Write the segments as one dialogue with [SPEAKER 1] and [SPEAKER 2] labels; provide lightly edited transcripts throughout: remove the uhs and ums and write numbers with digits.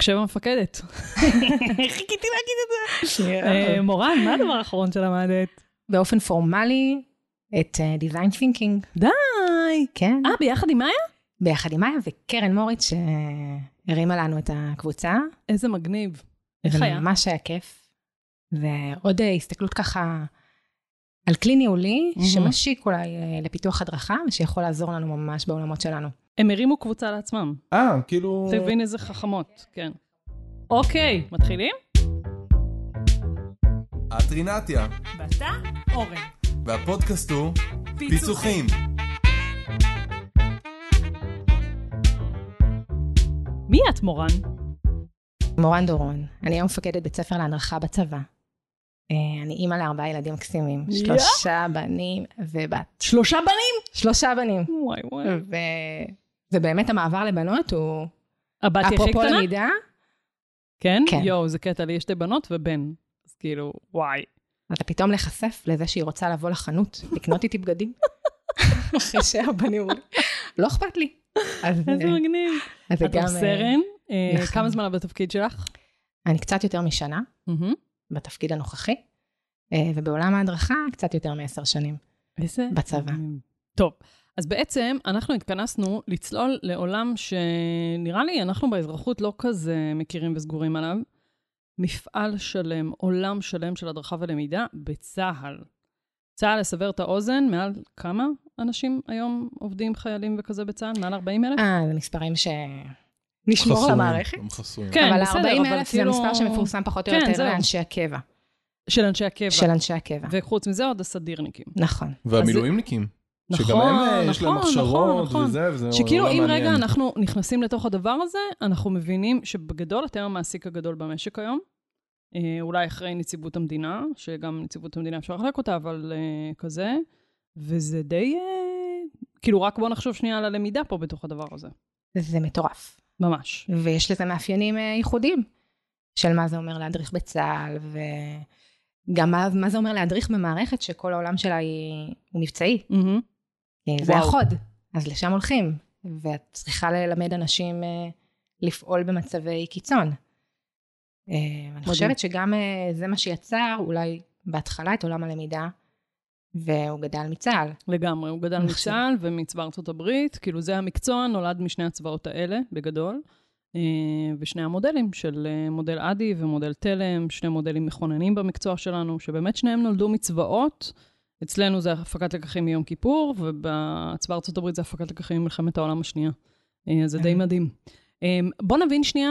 [SPEAKER 1] הקשב המפקדת. חיכיתי להגיד את זה. מורן, מה הדבר האחרון שלמדת?
[SPEAKER 2] באופן פורמלי, את Design Thinking.
[SPEAKER 1] די!
[SPEAKER 2] כן.
[SPEAKER 1] ביחד עם מאיה?
[SPEAKER 2] ביחד עם מאיה וקרן מוריץ שהרימה לנו את הקבוצה.
[SPEAKER 1] איזה מגניב.
[SPEAKER 2] זה ממש היה כיף. ועוד הסתכלות ככה על כלי ניהולי, שמשיק אולי לפיתוח הדרכה, ושיכול לעזור לנו ממש בעולמות שלנו.
[SPEAKER 1] הם הרימו קבוצה לעצמם.
[SPEAKER 3] כאילו...
[SPEAKER 1] תבין איזה חכמות, כן. אוקיי, מתחילים?
[SPEAKER 3] את רינתיה.
[SPEAKER 1] ואתה אורן.
[SPEAKER 3] והפודקאסט הוא פיצוחים.
[SPEAKER 1] מי את מורן?
[SPEAKER 2] מורן דורון. אני היום מפקדת בית ספר להדרכה בצבא. אני אימא ל4 ילדים מקסימים. 3 בנים ובת.
[SPEAKER 1] 3 בנים?
[SPEAKER 2] 3 בנים.
[SPEAKER 1] וואי וואי.
[SPEAKER 2] ובאמת המעבר לבנות הוא...
[SPEAKER 1] הבת הכי קטנה?
[SPEAKER 2] אפרופו למידה.
[SPEAKER 1] כן?
[SPEAKER 2] כן.
[SPEAKER 1] יואו, זה קטע לי, יש 2 בנות ובן. אז כאילו, וואי.
[SPEAKER 2] אתה פתאום לחשף לזה שהיא רוצה לבוא לחנות, לקנות איתי בגדים. אחרי שהבנים לא אכפת לי.
[SPEAKER 1] איזה מגניב.
[SPEAKER 2] את
[SPEAKER 1] גם סרן. כמה זמן בתפקיד שלך?
[SPEAKER 2] אני קצת יותר משנה, בתפקיד הנוכחי, ובעולם ההדרכה קצת יותר מ10 שנים.
[SPEAKER 1] איזה?
[SPEAKER 2] בצבא.
[SPEAKER 1] טוב, אז בעצם אנחנו התכנסנו לצלול לעולם שנראה לי אנחנו באזרחות לא כזה מכירים וסגורים עליו. מפעל שלם, עולם שלם של הדרכה ולמידה בצה"ל. צה"ל, לסבר את האוזן, מעל כמה אנשים היום עובדים חיילים וכזה בצה"ל? מעל 40,000?
[SPEAKER 2] זה מספרים שנשמור למערכת.
[SPEAKER 1] כן,
[SPEAKER 2] אבל
[SPEAKER 1] בסדר,
[SPEAKER 2] 40,000 זה מספר שמפורסם פחות או יותר לאנשי הקבע.
[SPEAKER 1] של אנשי הקבע.
[SPEAKER 2] של אנשי הקבע.
[SPEAKER 1] וחוץ מזה עוד הסדירניקים.
[SPEAKER 2] נכון.
[SPEAKER 3] והמילואימניקים. שגם הם יש להם הכשרות וזה.
[SPEAKER 1] שכאילו אם רגע אנחנו נכנסים לתוך הדבר הזה, אנחנו מבינים שבגדול אתם המעסיק הגדול במשק היום. אולי אחרי נציבות המדינה, שגם נציבות המדינה אפשר לחלק אותה, אבל כזה. וזה די... כאילו רק בוא נחשוב שנייה על הלמידה פה בתוך הדבר הזה.
[SPEAKER 2] זה מטורף.
[SPEAKER 1] ממש.
[SPEAKER 2] ויש לזה מאפיינים ייחודיים, של מה זה אומר להדריך בצה"ל, וגם מה זה אומר להדריך במערכת שכל העולם שלה הוא מבצעי. זה החוד, אז לשם הולכים, ואת צריכה ללמד אנשים לפעול במצבי קיצון. אני חושבת שגם זה מה שיצר, אולי בהתחלה את עולם הלמידה, והוא גדל מצה"ל.
[SPEAKER 1] לגמרי, הוא גדל מצה"ל ומצבא ארצות הברית, כאילו זה המקצוע, נולד משני הצבאות האלה, בגדול, ושני המודלים של מודל אדי ומודל תלם, 2 מודלים מכוננים במקצוע שלנו, שבאמת שניהם נולדו מצבאות, אצלנו זה הפקת לקחים מיום כיפור, ובצבא ארצות הברית זה הפקת לקחים ממלחמת העולם השנייה. זה די מדהים. בוא נבין שנייה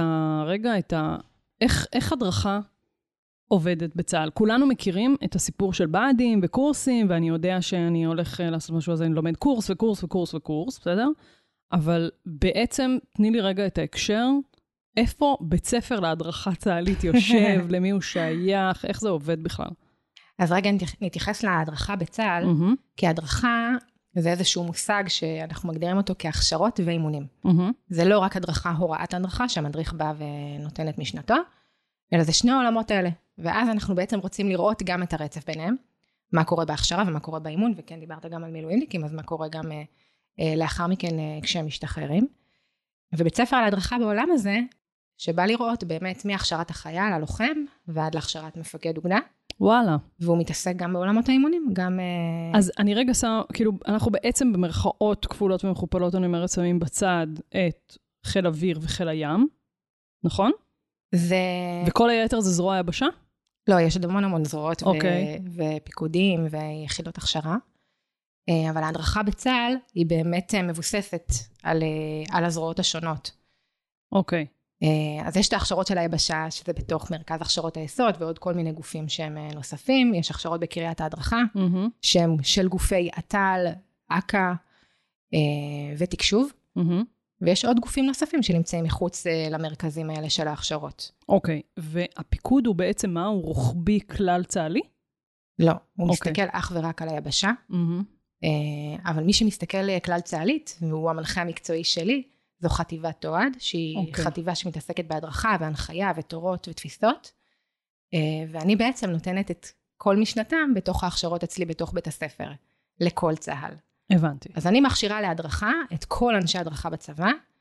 [SPEAKER 1] איך הדרכה עובדת בצה"ל. כולנו מכירים את הסיפור של בעדים וקורסים, ואני יודע שאני הולך לעשות משהו הזה, אני לומד קורס וקורס וקורס וקורס, בסדר? אבל בעצם, תני לי רגע את ההקשר, איפה בית ספר להדרכה צה"לית יושב, למי הוא שייך, איך זה עובד בכלל?
[SPEAKER 2] אז רגע נתייחס להדרכה בצה"ל, כי הדרכה זה איזשהו מושג שאנחנו מגדירים אותו כהכשרות ואימונים. זה לא רק הדרכה, הוראת הדרכה, שהמדריך בא ונותן את משנתו, אלא זה 2 העולמות האלה. ואז אנחנו בעצם רוצים לראות גם את הרצף ביניהם, מה קורה בהכשרה ומה קורה באימון, וכן דיברת גם על מילואימניקים, אז מה קורה גם לאחר מכן כשהם משתחררים. ובית ספר להדרכה בעולם הזה, שבא לראות באמת מהכשרת החייל, הלוחם, ועד להכשרת מפקד אוגדה.
[SPEAKER 1] וואלה.
[SPEAKER 2] והוא מתעסק גם בעולמות האימונים, גם...
[SPEAKER 1] אז אני רגע כאילו, אנחנו בעצם במרכאות כפולות ומכופלות, אני אומרת, שמים בצד את חיל אוויר וחיל הים, נכון? וכל היתר זה זרוע היבשה?
[SPEAKER 2] לא, יש עוד המון זרועות ופיקודים ויחידות הכשרה. אבל ההדרכה בצה"ל היא באמת מבוססת על הזרועות השונות.
[SPEAKER 1] אוקיי.
[SPEAKER 2] אז יש את ההכשרות של היבשה, שזה בתוך מרכז הכשרות היסוד, ועוד כל מיני גופים שהם נוספים. יש הכשרות בקריית ההדרכה, שהם של גופי עטל, אק"א ותקשוב. ויש עוד גופים נוספים שנמצאים מחוץ למרכזים האלה של ההכשרות.
[SPEAKER 1] אוקיי, והפיקוד הוא בעצם מה? הוא רוחבי כלל צה"לי?
[SPEAKER 2] לא, הוא מסתכל אך ורק על היבשה, אבל מי שמסתכל כלל צה"לית, והוא המנחה המקצועי שלי, זו חטיבת תועד, שהיא חטיבה שמתעסקת בהדרכה והנחיה ותורות ותפיסות, ואני בעצם נותנת את כל משנתם בתוך ההכשרות אצלי בתוך בית הספר, לכל צה"ל.
[SPEAKER 1] הבנתי.
[SPEAKER 2] אז אני מכשירה להדרכה את כל אנשי הדרכה בצבא,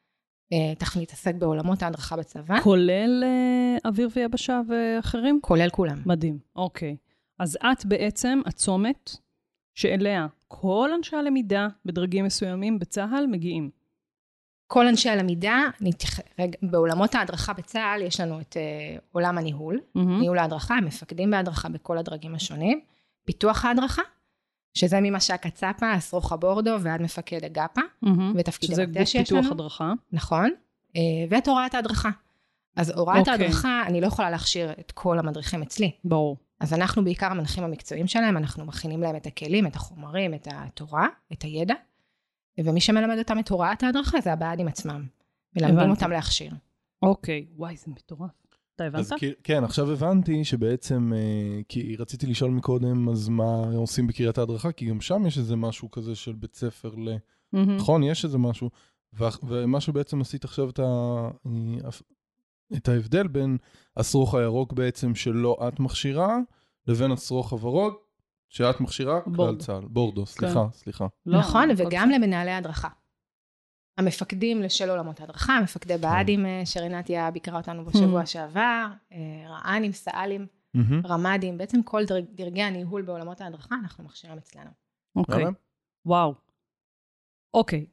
[SPEAKER 2] תכף נתעסק בעולמות ההדרכה בצבא.
[SPEAKER 1] כולל אוויר ויבשה ואחרים?
[SPEAKER 2] כולל כולם.
[SPEAKER 1] מדהים, אוקיי. אז את בעצם הצומת שאליה כל אנשי הלמידה בדרגים מסוימים בצה"ל מגיעים.
[SPEAKER 2] כל אנשי הלמידה, בעולמות ההדרכה בצה"ל יש לנו את עולם הניהול, ניהול ההדרכה, המפקדים בהדרכה בכל הדרגים השונים, פיתוח ההדרכה, שזה ממש"ק הצפה, אסרוך הבורדו ועד מפקד הגפה, ותפקיד המטה שיש לנו.
[SPEAKER 1] פיתוח הדרכה.
[SPEAKER 2] נכון, ואת הוראת ההדרכה. אז הוראת ההדרכה, אני לא יכולה להכשיר את כל המדריכים אצלי.
[SPEAKER 1] ברור.
[SPEAKER 2] אז אנחנו בעיקר המנחים המקצועיים שלהם, אנחנו מכינים להם את הכלים, את החומרים, את התורה, את הידע, ומי שמלמד אותם את הוראת ההדרכה זה הבעדים עצמם. מלמדים אותם להכשיר.
[SPEAKER 1] אוקיי, וואי, זה מטורף. אתה הבנת?
[SPEAKER 3] כן, עכשיו הבנתי שבעצם, כי רציתי לשאול מקודם, אז מה עושים בקריית ההדרכה? כי גם שם יש איזה משהו כזה של בית ספר נכון, יש איזה משהו. ומה שבעצם עשית עכשיו את ההבדל בין הסרוך הירוק בעצם שלא את מכשירה, לבין הסרוך הוורוד, שאת מכשירה כלל צה"ל. בורדו, סליחה.
[SPEAKER 2] נכון, וגם למנהלי הדרכה. המפקדים לשל עולמות ההדרכה, מפקדי בעדים שרינתיה ביקרה אותנו בשבוע שעבר, רענים, סאלים, רמדים, בעצם כל דרגי הניהול בעולמות ההדרכה, אנחנו מכשירים אצלנו.
[SPEAKER 1] אוקיי, וואו. אוקיי.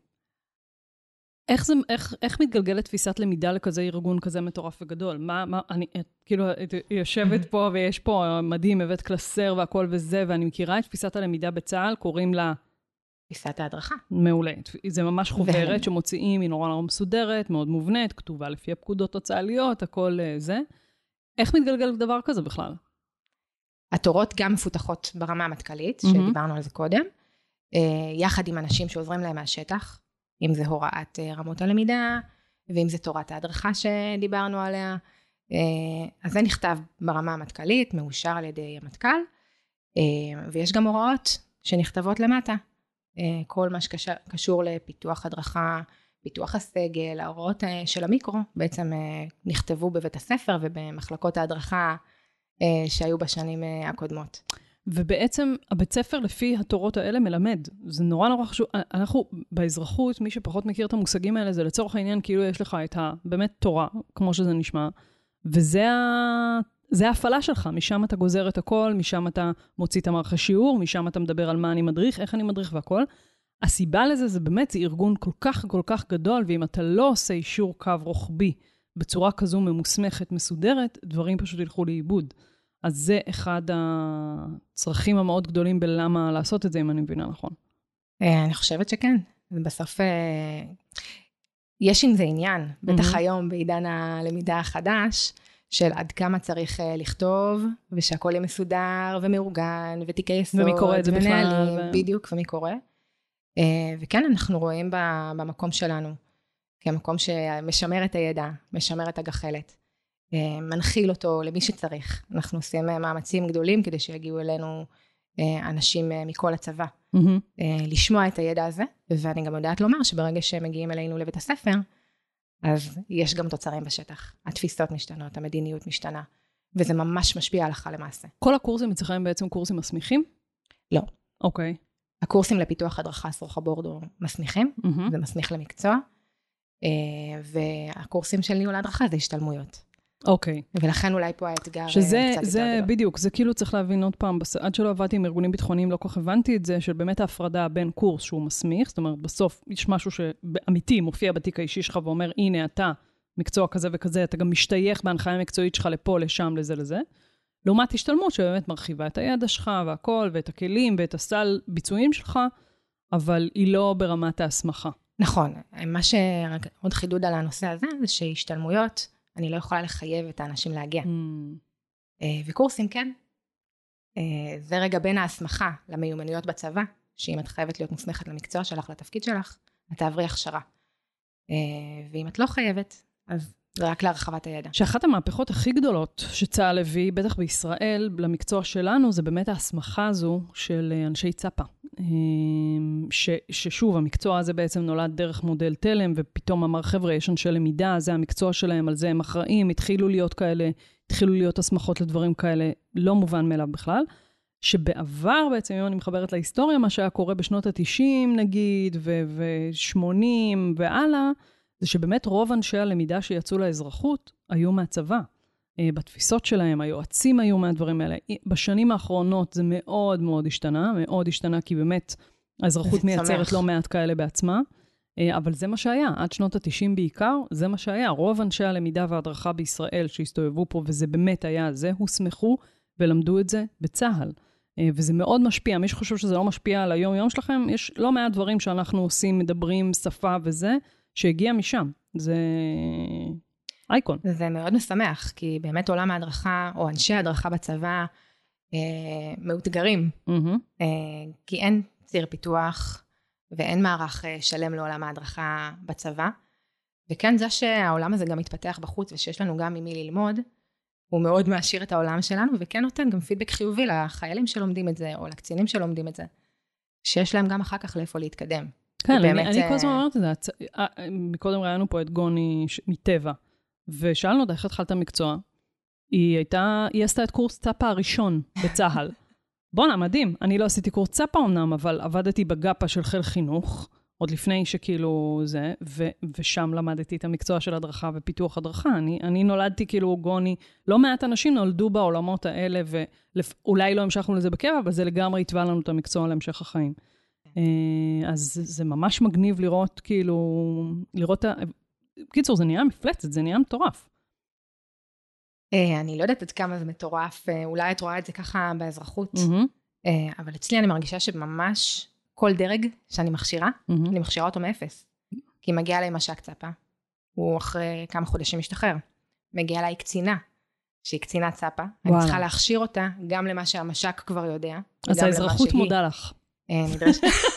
[SPEAKER 1] איך מתגלגלת תפיסת למידה לכזה ארגון כזה מטורף וגדול? אני כאילו יושבת פה ויש פה מדהים, הבאת קלסר והכל וזה, ואני מכירה את תפיסת הלמידה בצה"ל, קוראים לה
[SPEAKER 2] תפיסת ההדרכה.
[SPEAKER 1] מעולה. זה ממש חוברת שמוציאים, היא נורא מסודרת, מאוד מובנית, כתובה לפי הפקודות הצה"ליות, הכל זה. איך מתגלגל דבר כזה בכלל?
[SPEAKER 2] התורות גם מפותחות ברמה המטכ"לית, שדיברנו על זה קודם, יחד עם אנשים שעוזרים להם מהשטח, אם זה הוראת רמות הלמידה, ואם זה תורת ההדרכה שדיברנו עליה. אז זה נכתב ברמה המטכ"לית, מאושר על ידי המטכ"ל, ויש גם הוראות שנכתבות למטה. כל מה שקשור לפיתוח הדרכה, פיתוח הסגל, ההוראות של המיקרו, בעצם נכתבו בבית הספר ובמחלקות ההדרכה שהיו בשנים הקודמות.
[SPEAKER 1] ובעצם הבית ספר לפי התורות האלה מלמד. זה נורא חשוב. אנחנו באזרחות, מי שפחות מכיר את המושגים האלה, זה לצורך העניין כאילו יש לך את באמת תורה, כמו שזה נשמע, וזה ההפעלה שלך. משם אתה גוזר את הכל, משם אתה מוציא את המערכי שיעור, משם אתה מדבר על מה אני מדריך, איך אני מדריך והכל. הסיבה לזה זה באמת, זה ארגון כל כך גדול, ואם אתה לא עושה אישור קו רוחבי בצורה כזו ממוסמכת, מסודרת, דברים פשוט ילכו לאיבוד. אז זה אחד הצרכים המאוד גדולים בלמה לעשות את זה, אם אני מבינה נכון.
[SPEAKER 2] אני חושבת שכן. בסוף יש עם זה עניין, בטח היום בעידן הלמידה החדש, של עד כמה צריך לכתוב, ושהכל יהיה מסודר ומאורגן, ותיקי יסוד,
[SPEAKER 1] ומי קורא את זה בכלל.
[SPEAKER 2] בדיוק, ומי קורא. וכן, אנחנו רואים במקום שלנו, כמקום שמשמר את הידע, משמר את הגחלת. מנחיל אותו למי שצריך. אנחנו עושים מאמצים גדולים כדי שיגיעו אלינו אנשים מכל הצבא. לשמוע את הידע הזה, ואני גם יודעת לומר שברגע שהם מגיעים אלינו לבית הספר, אז יש גם תוצרים בשטח. התפיסות משתנות, המדיניות משתנה, וזה ממש משפיע הלכה למעשה.
[SPEAKER 1] כל הקורסים אצלכם בעצם קורסים מסמיכים?
[SPEAKER 2] לא.
[SPEAKER 1] אוקיי.
[SPEAKER 2] הקורסים לפיתוח הדרכה אסרוך הבורדו מסמיכים, זה מסמיך למקצוע, והקורסים של ניהול ההדרכה זה השתלמויות.
[SPEAKER 1] אוקיי.
[SPEAKER 2] ולכן אולי פה האתגר
[SPEAKER 1] קצת יותר גדול. בדיוק, זה כאילו צריך להבין עוד פעם, עד שלא עבדתי עם ארגונים ביטחוניים, לא כל כך הבנתי את זה, של באמת ההפרדה בין קורס שהוא מסמיך, זאת אומרת, בסוף יש משהו שאמיתי מופיע בתיק האישי שלך ואומר, הנה אתה, מקצוע כזה וכזה, אתה גם משתייך בהנחיה המקצועית שלך לפה, לשם, לזה. לעומת השתלמות שבאמת מרחיבה את הידע שלך והכל, ואת הכלים ואת הסל ביצועים שלך, אבל היא לא ברמת ההסמכה.
[SPEAKER 2] נכון. מה שעוד חידוד על הנושא הזה, זה שהשתלמויות אני לא יכולה לחייב את האנשים להגיע. וקורסים כן. זה רגע בין ההסמכה למיומנויות בצבא, שאם את חייבת להיות מוסמכת למקצוע שלך, לתפקיד שלך, את תעברי הכשרה. ואם את לא חייבת, אז זה רק להרחבת הידע.
[SPEAKER 1] שאחת המהפכות הכי גדולות שצה"ל הביא, בטח בישראל, למקצוע שלנו, זה באמת ההסמכה הזו של אנשי צפה. ששוב, המקצוע הזה בעצם נולד דרך מודל תלם, ופתאום אמר, חבר'ה, יש אנשי למידה, זה המקצוע שלהם, על זה הם אחראים, התחילו להיות הסמכות לדברים כאלה, לא מובן מאליו בכלל. שבעבר בעצם, אם אני מחברת להיסטוריה, מה שהיה קורה בשנות ה-90 נגיד, ו-80 והלאה, זה שבאמת רוב אנשי הלמידה שיצאו לאזרחות היו מהצבא. בתפיסות שלהם, היועצים היו מהדברים האלה. בשנים האחרונות זה מאוד מאוד השתנה, כי באמת האזרחות מייצרת לא מעט כאלה בעצמה, אבל זה מה שהיה, עד שנות ה-90 בעיקר, זה מה שהיה. רוב אנשי הלמידה וההדרכה בישראל שהסתובבו פה, וזה באמת היה זה, הוסמכו ולמדו את זה בצהל. וזה מאוד משפיע. מי שחושב שזה לא משפיע על היום-יום שלכם, יש לא מעט דברים שאנחנו עושים, מדברים, שפה וזה, שהגיע משם. זה אייקון.
[SPEAKER 2] זה מאוד משמח, כי באמת עולם ההדרכה, או אנשי ההדרכה בצבא, מאותגרים. כי אין ציר פיתוח, ואין מערך שלם לעולם ההדרכה בצבא. וכן, זה שהעולם הזה גם מתפתח בחוץ, ושיש לנו גם ממי ללמוד, הוא מאוד מעשיר את העולם שלנו, וכן נותן גם פידבק חיובי לחיילים שלומדים את זה, או לקצינים שלומדים את זה, שיש להם גם אחר כך לאיפה להתקדם.
[SPEAKER 1] כן, אני כל הזמן אומרת את זה. מקודם ראינו פה את גוני מטבע, ושאלנו אותה איך התחלת המקצוע. היא עשתה את קורס צפה הראשון בצהל. בונה, מדהים. אני לא עשיתי קורס צפה אמנם, אבל עבדתי בגאפה של חיל חינוך, עוד לפני שכאילו זה, ושם למדתי את המקצוע של הדרכה ופיתוח הדרכה. אני נולדתי כאילו גוני, לא מעט אנשים נולדו בעולמות האלה, ואולי לא המשכנו לזה בקבע, אבל זה לגמרי התווה לנו את המקצוע להמשך החיים. אז זה ממש מגניב לראות כאילו, קיצור, זה נהיה מפלצת, זה נהיה מטורף.
[SPEAKER 2] אני לא יודעת עד כמה זה מטורף, אולי את רואה את זה ככה באזרחות, אבל אצלי אני מרגישה שממש כל דרג שאני מכשירה, אני מכשירה אותו מאפס. כי מגיעה אליי משק צפה, הוא אחרי כמה חודשים משתחרר. מגיעה אליי קצינה, שהיא קצינה צפה, אני צריכה להכשיר אותה גם למה שהמשק כבר יודע.
[SPEAKER 1] אז האזרחות מודה לך.
[SPEAKER 2] נדרשת.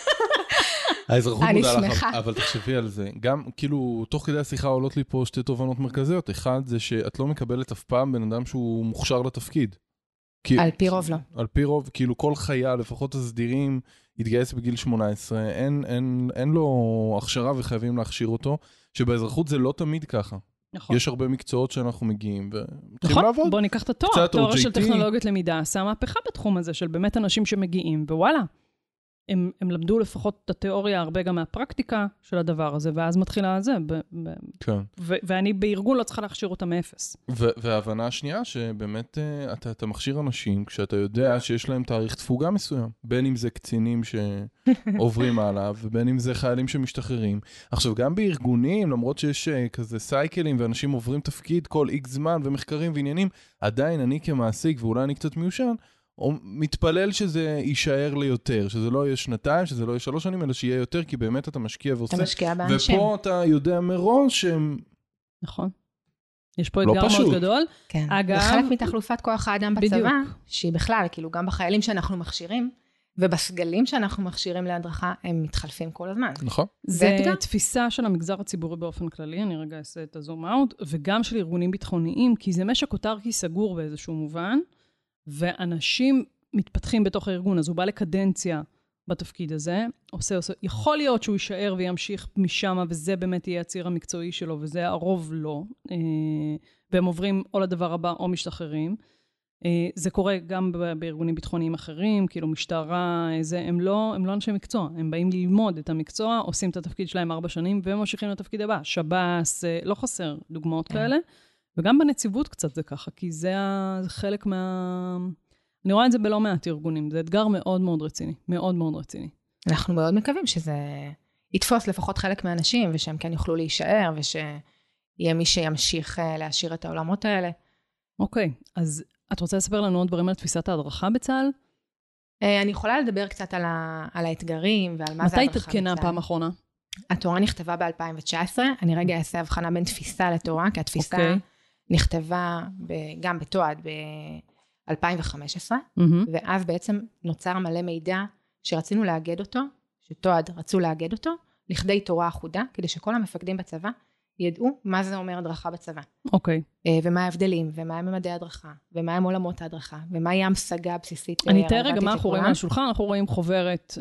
[SPEAKER 3] האזרחות מודה לך, אבל תחשבי על זה. גם, כאילו, תוך כדי השיחה עולות לי פה שתי תובנות מרכזיות. אחד, זה שאת לא מקבלת אף פעם בן אדם שהוא מוכשר לתפקיד.
[SPEAKER 2] על פי רוב לא.
[SPEAKER 3] על פי רוב, כאילו כל חייל, לפחות הסדירים, התגייס בגיל 18, אין לו הכשרה וחייבים להכשיר אותו, שבאזרחות זה לא תמיד ככה. נכון. יש הרבה מקצועות שאנחנו מגיעים ומתחילים לעבוד.
[SPEAKER 1] נכון, בוא ניקח את התואר, התואר של טכנולוגיות למידה, עשה מהפכה בתחום הזה של באמת אנשים שמגיעים, ווואלה, הם למדו לפחות את התיאוריה הרבה גם מהפרקטיקה של הדבר הזה, ואז מתחילה זה.
[SPEAKER 3] כן.
[SPEAKER 1] ואני בארגון לא צריכה להכשיר אותה מאפס.
[SPEAKER 3] וההבנה השנייה שבאמת אתה מכשיר אנשים כשאתה יודע שיש להם תאריך תפוגה מסוים, בין אם זה קצינים שעוברים עליו, ובין אם זה חיילים שמשתחררים. עכשיו, גם בארגונים, למרות שיש כזה סייקלים ואנשים עוברים תפקיד כל איקס זמן ומחקרים ועניינים, עדיין אני כמעסיק, ואולי אני קצת מיושן, או מתפלל שזה יישאר ליותר, שזה לא יהיה 2, שזה לא יהיה 3 שנים, אלא שיהיה יותר, כי באמת אתה משקיע ועושה.
[SPEAKER 2] אתה משקיע באנשים.
[SPEAKER 3] ופה אתה יודע מראש שהם...
[SPEAKER 1] נכון. יש פה אתגר מאוד גדול.
[SPEAKER 2] כן. אגב... וחלק מתחלופת כוח האדם בצבא, שהיא בכלל, כאילו גם בחיילים שאנחנו מכשירים, ובסגלים שאנחנו מכשירים להדרכה, הם מתחלפים כל הזמן.
[SPEAKER 3] נכון.
[SPEAKER 1] זה תפיסה של המגזר הציבורי באופן כללי, אני רגע אעשה את הזום אאוט, וגם של ארגונים ביטחוניים, כי זה משק אוטרקי סגור באיזשהו מובן, ואנשים מתפתחים בתוך הארגון, אז הוא בא לקדנציה בתפקיד הזה, עושה, יכול להיות שהוא יישאר וימשיך משם, וזה באמת יהיה הציר המקצועי שלו, וזה הרוב לא, והם עוברים או לדבר הבא או משתחררים. זה קורה גם בארגונים ביטחוניים אחרים, כאילו משטרה, הם לא אנשי מקצוע, הם באים ללמוד את המקצוע, עושים את התפקיד שלהם 4 שנים, והם ממשיכים לתפקיד הבא. שב"ס, לא חסר דוגמאות כאלה, וגם בנציבות קצת זה ככה, כי זה חלק אני רואה את זה בלא מעט ארגונים, זה אתגר מאוד מאוד רציני, מאוד מאוד רציני.
[SPEAKER 2] אנחנו מאוד מקווים שזה יתפוס לפחות חלק מהאנשים, ושהם כן יוכלו להישאר, ושיהיה מי שימשיך להשאיר את העולמות האלה.
[SPEAKER 1] אוקיי, אז את רוצה לספר לנו עוד דברים על תפיסת ההדרכה בצה"ל?
[SPEAKER 2] אני יכולה לדבר קצת על האתגרים, ועל מה זה הדרכה בצה"ל.
[SPEAKER 1] מתי תתקנה הפעם האחרונה?
[SPEAKER 2] התורה נכתבה ב-2019, אני רגע אעשה הבחנה בין תפיסה לתורה, כי התפיסה נכתבה גם בתועד ב-2015, ואז בעצם נוצר מלא מידע שרצינו לאגד אותו, שתועד רצו לאגד אותו, לכדי תורה אחודה, כדי שכל המפקדים בצבא ידעו מה זה אומר הדרכה בצבא.
[SPEAKER 1] אוקיי.
[SPEAKER 2] ומה ההבדלים, ומה הם ממדי הדרכה, ומה הם עולמות ההדרכה, ומה היא המשגה הבסיסית.
[SPEAKER 1] אני אתאר רגע מה אנחנו רואים על השולחן, אנחנו רואים חוברת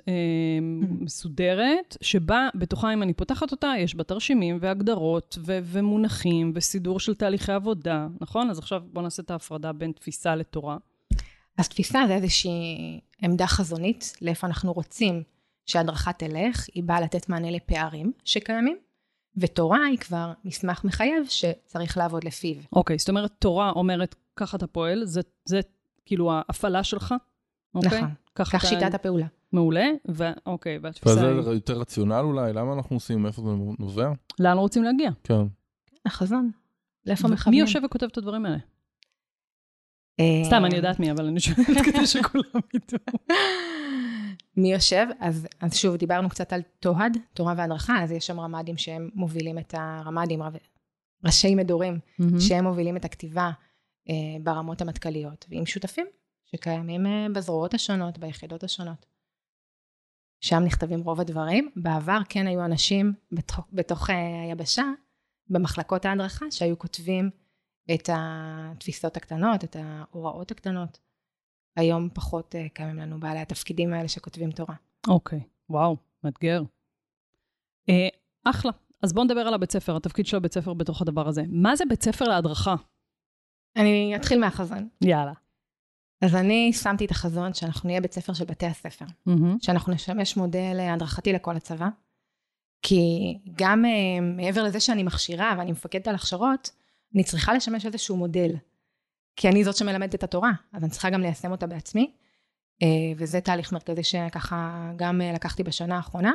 [SPEAKER 1] מסודרת, שבה בתוכה, אם אני פותחת אותה, יש בה תרשימים והגדרות, ומונחים, וסידור של תהליכי עבודה, נכון? אז עכשיו בוא נעשה את ההפרדה בין תפיסה לתורה.
[SPEAKER 2] אז תפיסה זה איזושהי עמדה חזונית, לאיפה אנחנו רוצים שההדרכה תלך, היא באה לתת מענה לפערים שקיימים, ותורה היא כבר מסמך מחייב שצריך לעבוד לפיו.
[SPEAKER 1] אוקיי, זאת אומרת, תורה אומרת, ככה אתה פועל, זה כאילו ההפעלה שלך?
[SPEAKER 2] נכון, כך שיטת הפעולה.
[SPEAKER 1] מעולה, ואוקיי, והתפיסה היא...
[SPEAKER 3] וזה יותר רציונל אולי? למה אנחנו עושים? איפה זה נובע?
[SPEAKER 1] לאן רוצים להגיע?
[SPEAKER 3] כן.
[SPEAKER 2] החזון. לאיפה מכוונים?
[SPEAKER 1] מי יושב וכותב את הדברים האלה? סתם, אני יודעת מי, אבל אני שואלת כדי שכולם ידעו.
[SPEAKER 2] מי יושב? אז שוב, דיברנו קצת על תוהד, תורה והדרכה, אז יש שם רמ"דים שהם מובילים את הרמ"דים, ראשי מדורים, שהם מובילים את הכתיבה ברמות המטכ"ליות, ועם שותפים שקיימים בזרועות השונות, ביחידות השונות. שם נכתבים רוב הדברים. בעבר כן היו אנשים בתוך היבשה, במחלקות ההדרכה, שהיו כותבים את התפיסות הקטנות, את ההוראות הקטנות. היום פחות קיימים לנו בעלי התפקידים האלה שכותבים תורה.
[SPEAKER 1] אוקיי, וואו, מאתגר. אחלה. אז בואו נדבר על הבית ספר, התפקיד של הבית ספר בתוך הדבר הזה. מה זה בית ספר להדרכה?
[SPEAKER 2] אני אתחיל מהחזון.
[SPEAKER 1] יאללה.
[SPEAKER 2] אז אני שמתי את החזון שאנחנו נהיה בית ספר של בתי הספר. שאנחנו נשמש מודל הדרכתי לכל הצבא. כי גם מעבר לזה שאני מכשירה ואני מפקדת על הכשרות, אני צריכה לשמש איזשהו מודל. כי אני זאת שמלמדת את התורה, אז אני צריכה גם ליישם אותה בעצמי. וזה תהליך מרכזי שככה גם לקחתי בשנה האחרונה.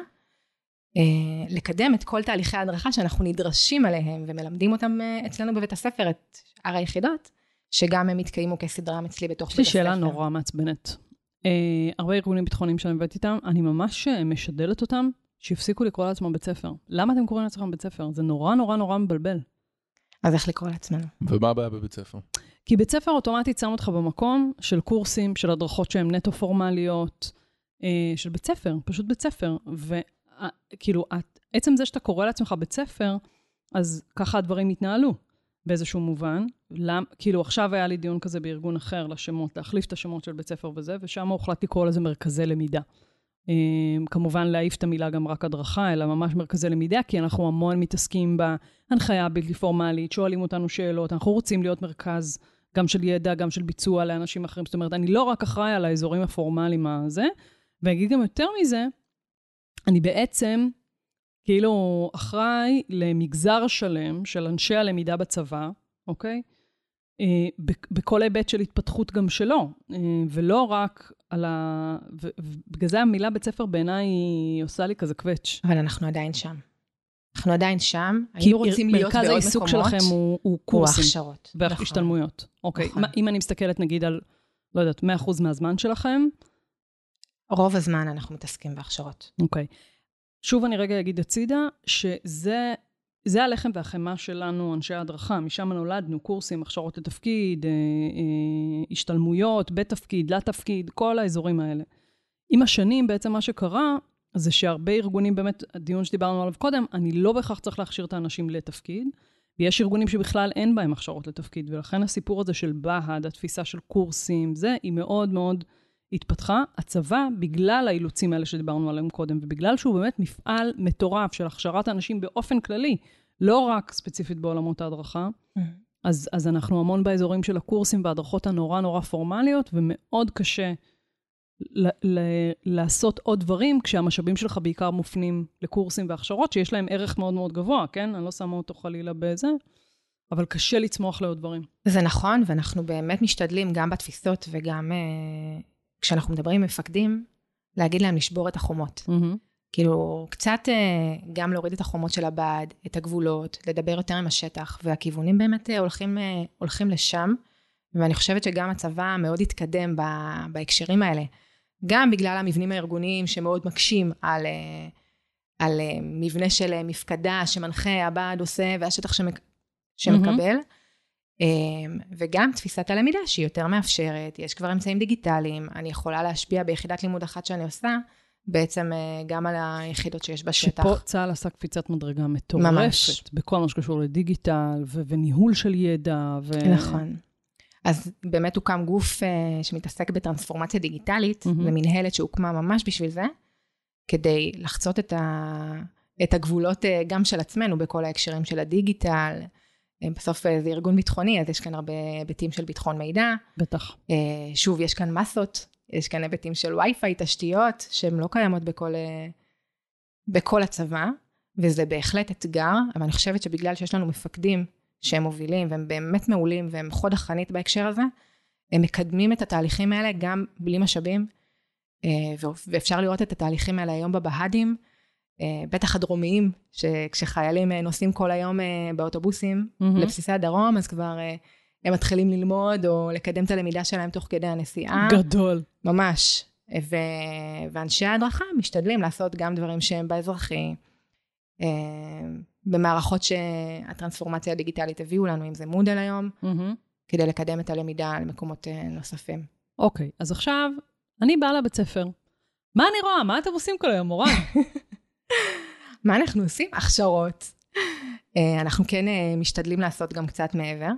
[SPEAKER 2] לקדם את כל תהליכי ההדרכה שאנחנו נדרשים עליהם, ומלמדים אותם אצלנו בבית הספר, את שאר היחידות, שגם הם יתקיימו כסדרם אצלי בתוך בית הספר.
[SPEAKER 1] יש לי שאלה נורא מעצבנת. הרבה ארגונים ביטחוניים שאני מבאת איתם, אני ממש משדלת אותם, שיפסיקו לקרוא לעצמם בית ספר. למה אתם קוראים לעצמם בית ספר? זה נורא נורא נורא מבלבל.
[SPEAKER 2] אז איך לקרוא לעצמנו?
[SPEAKER 3] ומה הבעיה בבית ספר?
[SPEAKER 1] כי בית ספר אוטומטית שם אותך במקום של קורסים, של הדרכות שהן נטו פורמליות, של בית ספר, פשוט בית ספר. וכאילו, עצם זה שאתה קורא לעצמך בית ספר, אז ככה הדברים יתנהלו באיזשהו מובן. כאילו, עכשיו היה לי דיון כזה בארגון אחר לשמות, להחליף את השמות של בית ספר וזה, ושם הוחלט לקרוא לזה מרכזי למידה. כמובן להעיף את המילה גם רק הדרכה, אלא ממש מרכזי למידה, כי אנחנו המון מתעסקים בהנחיה בלתי פורמלית, שואלים אותנו שאלות, אנחנו רוצים להיות מרכז גם של ידע, גם של ביצוע לאנשים אחרים. זאת אומרת, אני לא רק אחראי על האזורים הפורמליים הזה, ואגיד גם יותר מזה, אני בעצם כאילו אחראי למגזר שלם של אנשי הלמידה בצבא, אוקיי? בכל היבט של התפתחות גם שלו, ולא רק על בגלל זה המילה בית ספר בעיניי היא עושה לי כזה קווץ'.
[SPEAKER 2] אבל אנחנו עדיין שם. אנחנו עדיין שם, היינו רוצים להיות בעוד מקומות.
[SPEAKER 1] מרכז העיסוק שלכם הוא קורסים.
[SPEAKER 2] הכשרות.
[SPEAKER 1] והשתלמויות. אוקיי, אם אני מסתכלת נגיד על, לא יודעת, 100% מהזמן שלכם?
[SPEAKER 2] רוב הזמן אנחנו מתעסקים בהכשרות.
[SPEAKER 1] אוקיי. שוב אני רגע אגיד הצידה, שזה הלחם והחמה שלנו, אנשי ההדרכה, משם נולדנו, קורסים, הכשרות לתפקיד, השתלמויות, בתפקיד, לתפקיד, כל האזורים האלה. עם השנים בעצם מה שקרה, זה שהרבה ארגונים, באמת, הדיון שדיברנו עליו קודם, אני לא בהכרח צריך להכשיר את האנשים לתפקיד, ויש ארגונים שבכלל אין בהם הכשרות לתפקיד, ולכן הסיפור הזה של בה"ד, התפיסה של קורסים, זה היא מאוד מאוד התפתחה. הצבא, בגלל האילוצים האלה שדיברנו עליהם קודם, ובגלל שהוא באמת מפעל מטורף של הכשרת האנשים באופן כללי, לא רק ספציפית בעולמות ההדרכה, אז אנחנו המון באזורים של הקורסים וההדרכות הנורא נורא פורמליות, ומאוד קשה לעשות עוד דברים, כשהמשאבים שלך בעיקר מופנים לקורסים והכשרות, שיש להם ערך מאוד מאוד גבוה, כן? אני לא שמה אותו חלילה בזה, אבל קשה לצמוח לעוד דברים.
[SPEAKER 2] זה נכון, ואנחנו באמת משתדלים גם בתפיסות, וגם כשאנחנו מדברים עם מפקדים, להגיד להם לשבור את החומות. כאילו, קצת גם להוריד את החומות של הבד, את הגבולות, לדבר יותר עם השטח, והכיוונים באמת הולכים לשם, ואני חושבת שגם הצבא מאוד התקדם בהקשרים האלה, גם בגלל המבנים הארגוניים שמאוד מקשים על מבנה של מפקדה שמנחה, הבד עושה, והשטח שמקבל, וגם תפיסת הלמידה שהיא יותר מאפשרת, יש כבר אמצעים דיגיטליים, אני יכולה להשפיע ביחידת לימוד אחת שאני עושה, בעצם גם על היחידות שיש בשטח.
[SPEAKER 1] שפה צה"ל עשה קפיצת מדרגה מטורפת, בכל מה שקשור לדיגיטל, וניהול של ידע.
[SPEAKER 2] נכון. אז באמת הוקם גוף שמתעסק בטרנספורמציה דיגיטלית, ומנהלת שהוקמה ממש בשביל זה, כדי לחצות את הגבולות גם של עצמנו, בכל ההקשרים של הדיגיטל. בסוף זה ארגון ביטחוני, אז יש כאן הרבה היבטים של ביטחון מידע.
[SPEAKER 1] בטח.
[SPEAKER 2] שוב, יש כאן מסות, יש כאן היבטים של וי-פיי, תשתיות, שהן לא קיימות בכל הצבא, וזה בהחלט אתגר, אבל אני חושבת שבגלל שיש לנו מפקדים שהם מובילים, והם באמת מעולים, והם חוד החנית בהקשר הזה, הם מקדמים את התהליכים האלה גם בלי משאבים, ואפשר לראות את התהליכים האלה היום בבה"דים, בטח הדרומיים, שכשחיילים נוסעים כל היום באוטובוסים לבסיסי הדרום, אז כבר הם מתחילים ללמוד או לקדם את הלמידה שלהם תוך כדי הנסיעה.
[SPEAKER 1] גדול.
[SPEAKER 2] ממש. ואנשי ההדרכה משתדלים לעשות גם דברים שהם באזרחי, במערכות שהטרנספורמציה הדיגיטלית הביאו לנו, אם זה מודל היום, כדי לקדם את הלמידה למקומות נוספים.
[SPEAKER 1] אוקיי, אז עכשיו אני באה לבית ספר. מה אני רואה? מה אתם עושים כל היום, מורן?
[SPEAKER 2] מה אנחנו עושים? הכשרות. אנחנו כן משתדלים לעשות גם קצת מעבר.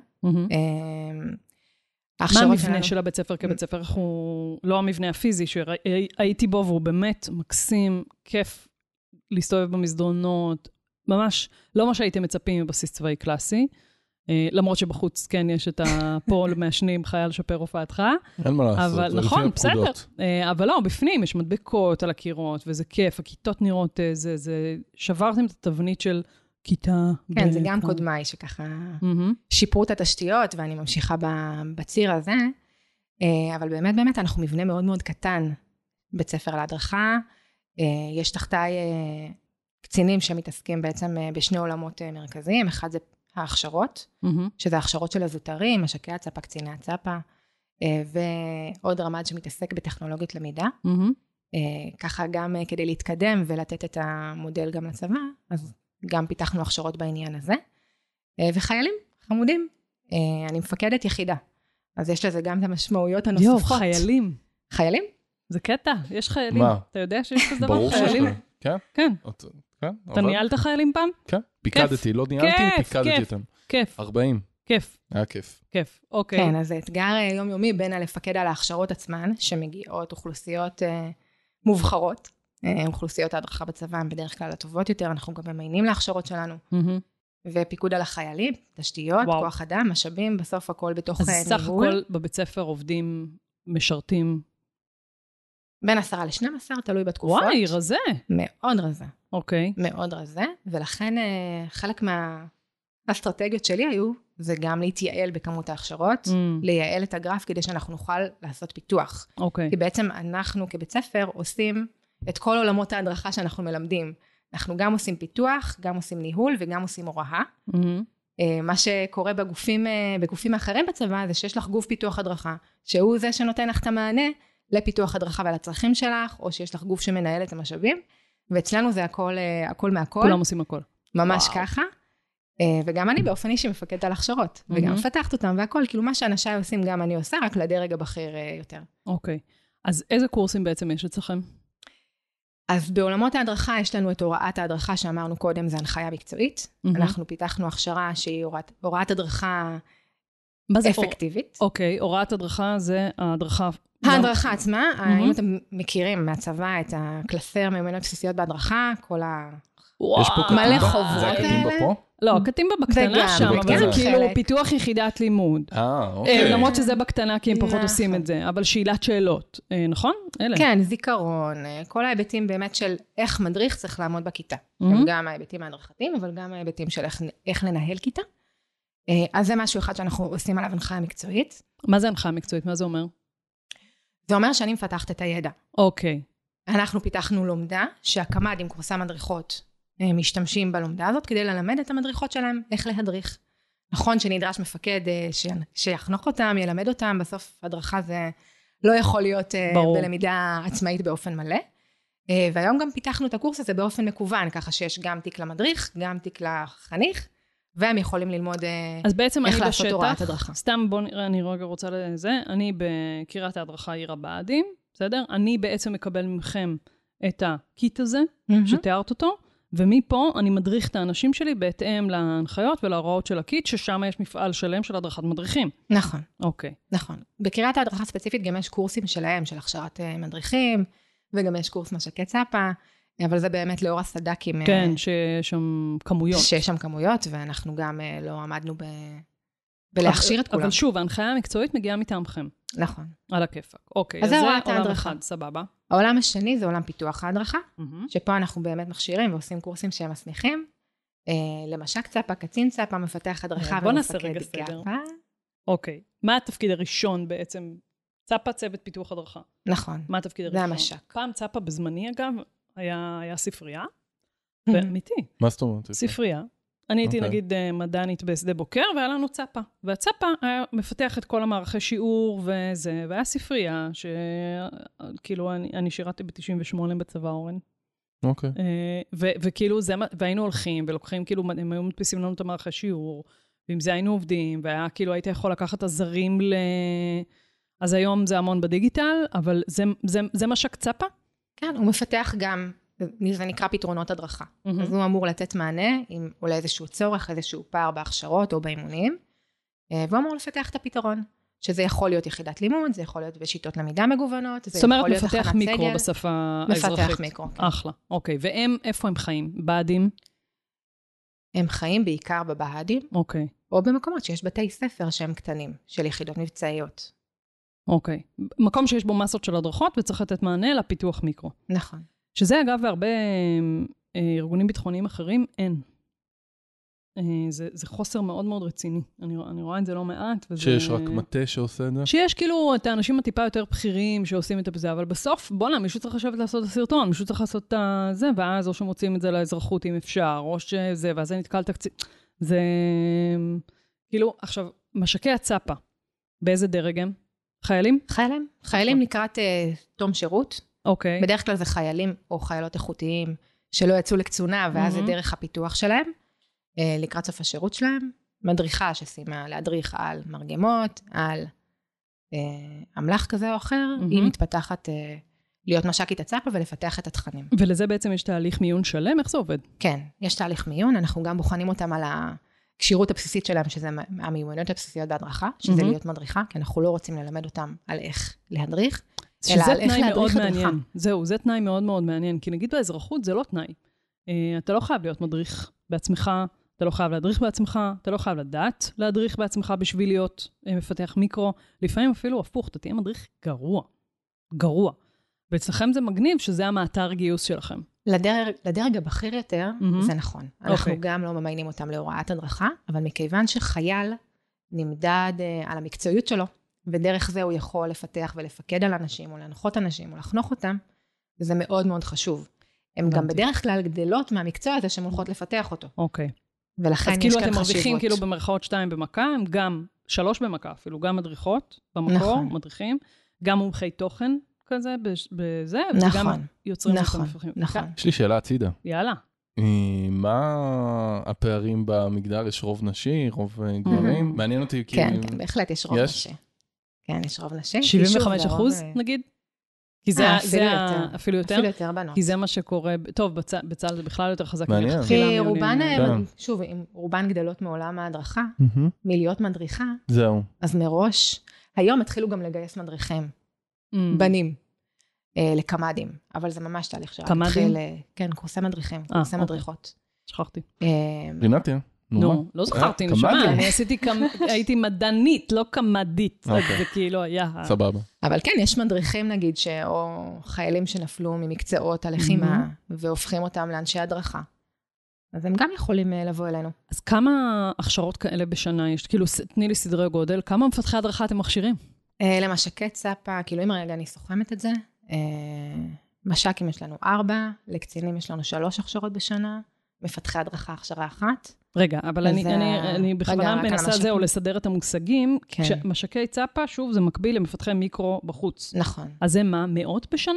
[SPEAKER 1] מה המבנה של הבית ספר כבית ספר? לא המבנה הפיזי שהייתי בו, והוא באמת מקסים, כיף להסתובב במסדרונות, ממש לא מה שהייתם מצפים מבסיס צבאי קלאסי, למרות שבחוץ כן יש את הפול מעשנים חייל לשפר הופעתך.
[SPEAKER 3] אין מה לעשות,
[SPEAKER 1] אבל נכון, בסדר. אבל לא, בפנים יש מדבקות על הקירות, וזה כיף, הכיתות נראות, שברתם את התבנית של כיתה.
[SPEAKER 2] כן, זה גם קודמיי שככה שיפרו את התשתיות, ואני ממשיכה בציר הזה, אבל באמת אנחנו מבנה מאוד מאוד קטן, בית ספר להדרכה, יש תחתיי קצינים שמתעסקים בעצם בשני עולמות מרכזיים, אחד זה ההכשרות, שזה ההכשרות של הזוטרים, משקי הצפה, קציני הצפה, ועוד רמ"ד שמתעסק בטכנולוגיות למידה, ככה גם כדי להתקדם ולתת את המודל גם לצבא, אז גם פיתחנו הכשרות בעניין הזה, וחיילים חמודים, אני מפקדת יחידה, אז יש לזה גם את המשמעויות הנוספות.
[SPEAKER 1] חיילים.
[SPEAKER 2] חיילים?
[SPEAKER 1] זה קטע, יש חיילים.
[SPEAKER 3] מה?
[SPEAKER 1] אתה יודע שיש כזה דבר?
[SPEAKER 3] ברור
[SPEAKER 1] חיילים?
[SPEAKER 3] כן.
[SPEAKER 1] כן.
[SPEAKER 3] כן.
[SPEAKER 1] אתה ניהלת חיילים פעם?
[SPEAKER 3] כן. פיקדתי, לא ניהלתי, פיקדתי אותם.
[SPEAKER 1] כיף.
[SPEAKER 3] 40.
[SPEAKER 1] כיף.
[SPEAKER 3] היה כיף.
[SPEAKER 1] כיף, אוקיי.
[SPEAKER 2] כן, אז זה אתגר יומיומי בין לפקד על ההכשרות עצמן, שמגיעות אוכלוסיות מובחרות, אוכלוסיות ההדרכה בצבא הם בדרך כלל הטובות יותר, אנחנו גם ממיינים להכשרות שלנו, ופיקוד על החיילים, תשתיות, כוח אדם, משאבים, בסוף הכל בתוך ניהול.
[SPEAKER 1] אז סך הכל בבית ספר עובדים, משרתים?
[SPEAKER 2] בין 10 ל-12, תלוי בתקופות.
[SPEAKER 1] וואי, רזה.
[SPEAKER 2] מאוד רזה.
[SPEAKER 1] אוקיי.
[SPEAKER 2] מאוד רזה, ולכן חלק מהאסטרטגיות שלי היו, זה גם להתייעל בכמות ההכשרות, לייעל את הגרף כדי שאנחנו נוכל לעשות פיתוח.
[SPEAKER 1] אוקיי.
[SPEAKER 2] כי בעצם אנחנו כבית ספר עושים את כל עולמות ההדרכה שאנחנו מלמדים. אנחנו גם עושים פיתוח, גם עושים ניהול וגם עושים הוראה. מה שקורה בגופים האחרים בצבא, זה שיש לך גוף פיתוח הדרכה, שהוא זה שנותן לך את המענה לפיתוח הדרכה ועל הצרכים שלך, או שיש לך גוף שמנהל את המשאבים, ואצלנו זה הכל מהכל.
[SPEAKER 1] כולם עושים הכל.
[SPEAKER 2] ממש ככה. וגם אני באופן אישי מפקדת על הכשרות, וגם מפתחת אותם והכל, כאילו מה שאנשיי עושים גם אני עושה, רק לדרג הבכיר יותר.
[SPEAKER 1] אוקיי. אז איזה קורסים בעצם יש אצלכם?
[SPEAKER 2] אז בעולמות ההדרכה יש לנו את הוראת ההדרכה שאמרנו קודם, זה הנחיה מקצועית. אנחנו פיתחנו הכשרה שהיא הוראת הדרכה אפקטיבית.
[SPEAKER 1] אוקיי, הוראת הדרכה זה ההדרכה.
[SPEAKER 2] ההדרכה עצמה, אם אתם מכירים מהצבא את הקלסר מיומנויות בסיסיות בהדרכה, כל מלא חובות.
[SPEAKER 3] זה הקטימבה פה?
[SPEAKER 1] לא, הקטימבה בקטנה שם, אבל זה כאילו פיתוח יחידת לימוד.
[SPEAKER 3] אוקיי.
[SPEAKER 1] למרות שזה בקטנה, כי הם פחות עושים את זה, אבל שאלת שאלות, נכון?
[SPEAKER 2] כן, זיכרון, כל ההיבטים באמת של איך מדריך צריך לעמוד בכיתה. גם ההיבטים ההדרכתיים, אבל גם ההיבטים של איך לנהל כיתה. אז זה משהו אחד שאנחנו עושים עליו הנחיה מקצועית.
[SPEAKER 1] מה זה הנחיה מקצועית? מה זה אומר?
[SPEAKER 2] זה אומר שאני מפתחת את הידע.
[SPEAKER 1] אוקיי.
[SPEAKER 2] אנחנו פיתחנו לומדה, שהקמ"דים, קורסי מדריכות, משתמשים בלומדה הזאת, כדי ללמד את המדריכות שלהם איך להדריך. נכון שנדרש מפקד שיחנוך אותם, ילמד אותם, בסוף הדרכה זה לא יכול להיות בלמידה עצמאית באופן מלא. והיום גם פיתחנו את הקורס הזה באופן מקוון, ככה שיש גם תיק למדריך, גם תיק לחניך, והם יכולים ללמוד איך לעשות הוראת הדרכה.
[SPEAKER 1] סתם בוא נראה, אני רגע רוצה לזה, אני בקריית ההדרכה עיר הבה"דים, בסדר? אני בעצם מקבל מכם את הקיט הזה, שתיארת אותו, ומפה אני מדריך את האנשים שלי בהתאם להנחיות ולהוראות של הקיט, ששם יש מפעל שלם של הדרכת מדריכים.
[SPEAKER 2] נכון.
[SPEAKER 1] אוקיי.
[SPEAKER 2] נכון. בקריית ההדרכה ספציפית גם יש קורסים שלהם, של הכשרת מדריכים, וגם יש קורס משקי צפה, אבל זה באמת לאור הסד"כים.
[SPEAKER 1] כן, שיש שם כמויות.
[SPEAKER 2] שיש שם כמויות, ואנחנו גם לא עמדנו בלהכשיר את כולם.
[SPEAKER 1] אבל שוב, ההנחיה המקצועית מגיעה מטעמכם.
[SPEAKER 2] נכון.
[SPEAKER 1] על הכיפק. אוקיי,
[SPEAKER 2] אז זה
[SPEAKER 1] עולם אחד, סבבה.
[SPEAKER 2] העולם השני זה עולם פיתוח ההדרכה, שפה אנחנו באמת מכשירים ועושים קורסים שהם מסמיכים, למשק צפה, קצין צפה, מפתח הדרכה ומפקד גפה.
[SPEAKER 1] אוקיי, מה התפקיד הראשון בעצם? צפה צוות פיתוח הדרכה.
[SPEAKER 2] נכון.
[SPEAKER 1] מה התפקיד הראשון?
[SPEAKER 2] זה המשק.
[SPEAKER 1] פעם צפה בזמני אגב, היה ספרייה, ואמיתי.
[SPEAKER 3] מה זאת אומרת?
[SPEAKER 1] ספרייה. אני הייתי נגיד מדענית בשדה בוקר, והיה לנו צפה. והצפה היה מפתח את כל המערכי שיעור וזה, והיה ספרייה, שכאילו אני שירתי ב-98 בצבא אורן.
[SPEAKER 3] אוקיי.
[SPEAKER 1] וכאילו זה, והיינו הולכים ולוקחים, כאילו הם היו מדפיסים לנו את המערכי שיעור, ועם זה היינו עובדים, והיה כאילו הייתי יכול לקחת עזרים אז היום זה המון בדיגיטל, אבל זה משק צפה?
[SPEAKER 2] כן, הוא מפתח גם, זה נקרא פתרונות הדרכה. אז הוא אמור לתת מענה, אם עולה איזשהו צורך, איזשהו פער בהכשרות או באימונים, והוא אמור לפתח את הפתרון, שזה יכול להיות יחידת לימוד, זה יכול להיות בשיטות למידה מגוונות,
[SPEAKER 1] זאת אומרת, מפתח מיקרו בשפה האזרחית.
[SPEAKER 2] מפתח מיקרו.
[SPEAKER 1] אחלה, אוקיי. והם, איפה הם חיים? בהדים?
[SPEAKER 2] הם חיים בעיקר בבהדים,
[SPEAKER 1] אוקיי.
[SPEAKER 2] או במקומות שיש בתי ספר שהם קטנים, של יחידות מבצעיות.
[SPEAKER 1] אוקיי. מקום שיש בו מסות של הדרכות, וצריך לתת מענה לפיתוח מיקרו.
[SPEAKER 2] נכון.
[SPEAKER 1] שזה אגב, והרבה ארגונים ביטחוניים אחרים, אין. זה חוסר מאוד מאוד רציני. אני רואה את זה לא מעט.
[SPEAKER 3] שיש רק מטה שעושה את זה?
[SPEAKER 1] שיש כאילו את האנשים הטיפה יותר בכירים שעושים את זה, אבל בסוף, בוא'נה, מישהו צריך לשבת לעשות את הסרטון, מישהו צריך לעשות את זה, ואז או שמוצאים את זה לאזרחות אם אפשר, או שזה, ואז זה נתקל תקציב. זה כאילו, עכשיו, משקי הצפה, באיזה דרג הם? חיילים?
[SPEAKER 2] חיילים לקראת תום שירות.
[SPEAKER 1] אוקיי.
[SPEAKER 2] בדרך כלל זה חיילים או חיילות איכותיים שלא יצאו לקצונה, ואז זה דרך הפיתוח שלהם. לקראת סוף השירות שלהם, מדריכה שסיימה להדריך על מרגמות, על אמל"ח כזה או אחר, היא מתפתחת להיות מש"קית הצפה ולפתח את התכנים.
[SPEAKER 1] ולזה בעצם יש תהליך מיון שלם? איך זה עובד?
[SPEAKER 2] כן, יש תהליך מיון, אנחנו גם בוחנים אותם על הקשירות הבסיסית שלהם, שזה המיומנויות הבסיסיות בהדרכה, שזה להיות מדריכה, כי אנחנו לא רוצים ללמד אותם על איך להדריך, אלא על איך להדריך הדרכה.
[SPEAKER 1] זהו, זה תנאי מאוד מאוד מעניין, כי נגיד באזרחות זה לא תנאי. אתה לא חייב להיות מדריך בעצמך, אתה לא חייב להדריך בעצמך, אתה לא חייב לדעת להדריך בעצמך בשביל להיות מפתח מיקרו. לפעמים אפילו הפוך, אתה תהיה מדריך גרוע. ואצלכם זה מגניב שזה המאתר גיוס שלכם.
[SPEAKER 2] לדרג הבכיר יותר, זה נכון. אנחנו גם לא ממיינים אותם להוראת הדרכה, אבל מכיוון שחייל נמדד על המקצועיות שלו, ודרך זה הוא יכול לפתח ולפקד על אנשים, או להנחות אנשים, או לחנוך אותם, וזה מאוד מאוד חשוב. הם גם בדרך כלל גדלות מהמקצוע הזה שהן הולכות לפתח אותו.
[SPEAKER 1] אוקיי.
[SPEAKER 2] ולכן יש כאן
[SPEAKER 1] כאילו
[SPEAKER 2] חשיבות.
[SPEAKER 1] אתם מרוויחים כאילו במרכאות 2 במכה, הם גם 3 במכה, אפילו גם מדריכות במקור, מדריכים, גם מומחי תוכן כזה, בזה, וגם יוצרים את המפתחים.
[SPEAKER 2] נכון.
[SPEAKER 3] יש לי שאלה הצידה.
[SPEAKER 1] יאללה.
[SPEAKER 3] מה הפערים במגדר? יש רוב נשי, רוב גברים? מעניין אותי כאילו...
[SPEAKER 2] כן, בהחלט יש רוב נשי. כן, יש רוב נשי.
[SPEAKER 1] 75% נגיד? כי זה אפילו יותר?
[SPEAKER 2] אפילו יותר בנות.
[SPEAKER 1] כי זה מה שקורה, טוב, בצה"ל זה בכלל יותר חזק.
[SPEAKER 3] מעניין.
[SPEAKER 2] כי רובן, שוב, אם רובן גדלות מעולם ההדרכה, מלהיות מדריכה,
[SPEAKER 3] זהו.
[SPEAKER 2] אז מראש, היום התחילו גם לגייס מדריכים, בנים, לקמדים, אבל זה ממש תהליך שרק התחיל, כן, קורסי מדריכים, קורסי מדריכות.
[SPEAKER 1] שכחתי.
[SPEAKER 3] רינתיה.
[SPEAKER 1] נו, לא זכרתי, נשמע, אני הייתי מדענית, לא קמדית, זה כאילו היה...
[SPEAKER 3] סבבה.
[SPEAKER 2] אבל כן, יש מדריכים נגיד, או חיילים שנפלו ממקצועות הלחימה, והופכים אותם לאנשי הדרכה. אז הם גם יכולים לבוא אלינו.
[SPEAKER 1] אז כמה הכשרות כאלה בשנה יש? כאילו, תני לי סדרי גודל, כמה מפתחי הדרכה אתם מכשירים?
[SPEAKER 2] למשקי צפה, כאילו אם הרגע אני סוכמת את זה, מש"קים יש לנו 4, לקצינים יש לנו 3 הכשרות בשנה, מפתחי הדרכה הכשרה 1.
[SPEAKER 1] רגע, אבל אני בכוונה מנסה את זה, או לסדר את המושגים, משקי צפה, שוב, זה מקביל למפתחי מיקרו בחוץ.
[SPEAKER 2] נכון.
[SPEAKER 1] אז זה מה, 100 בשנה?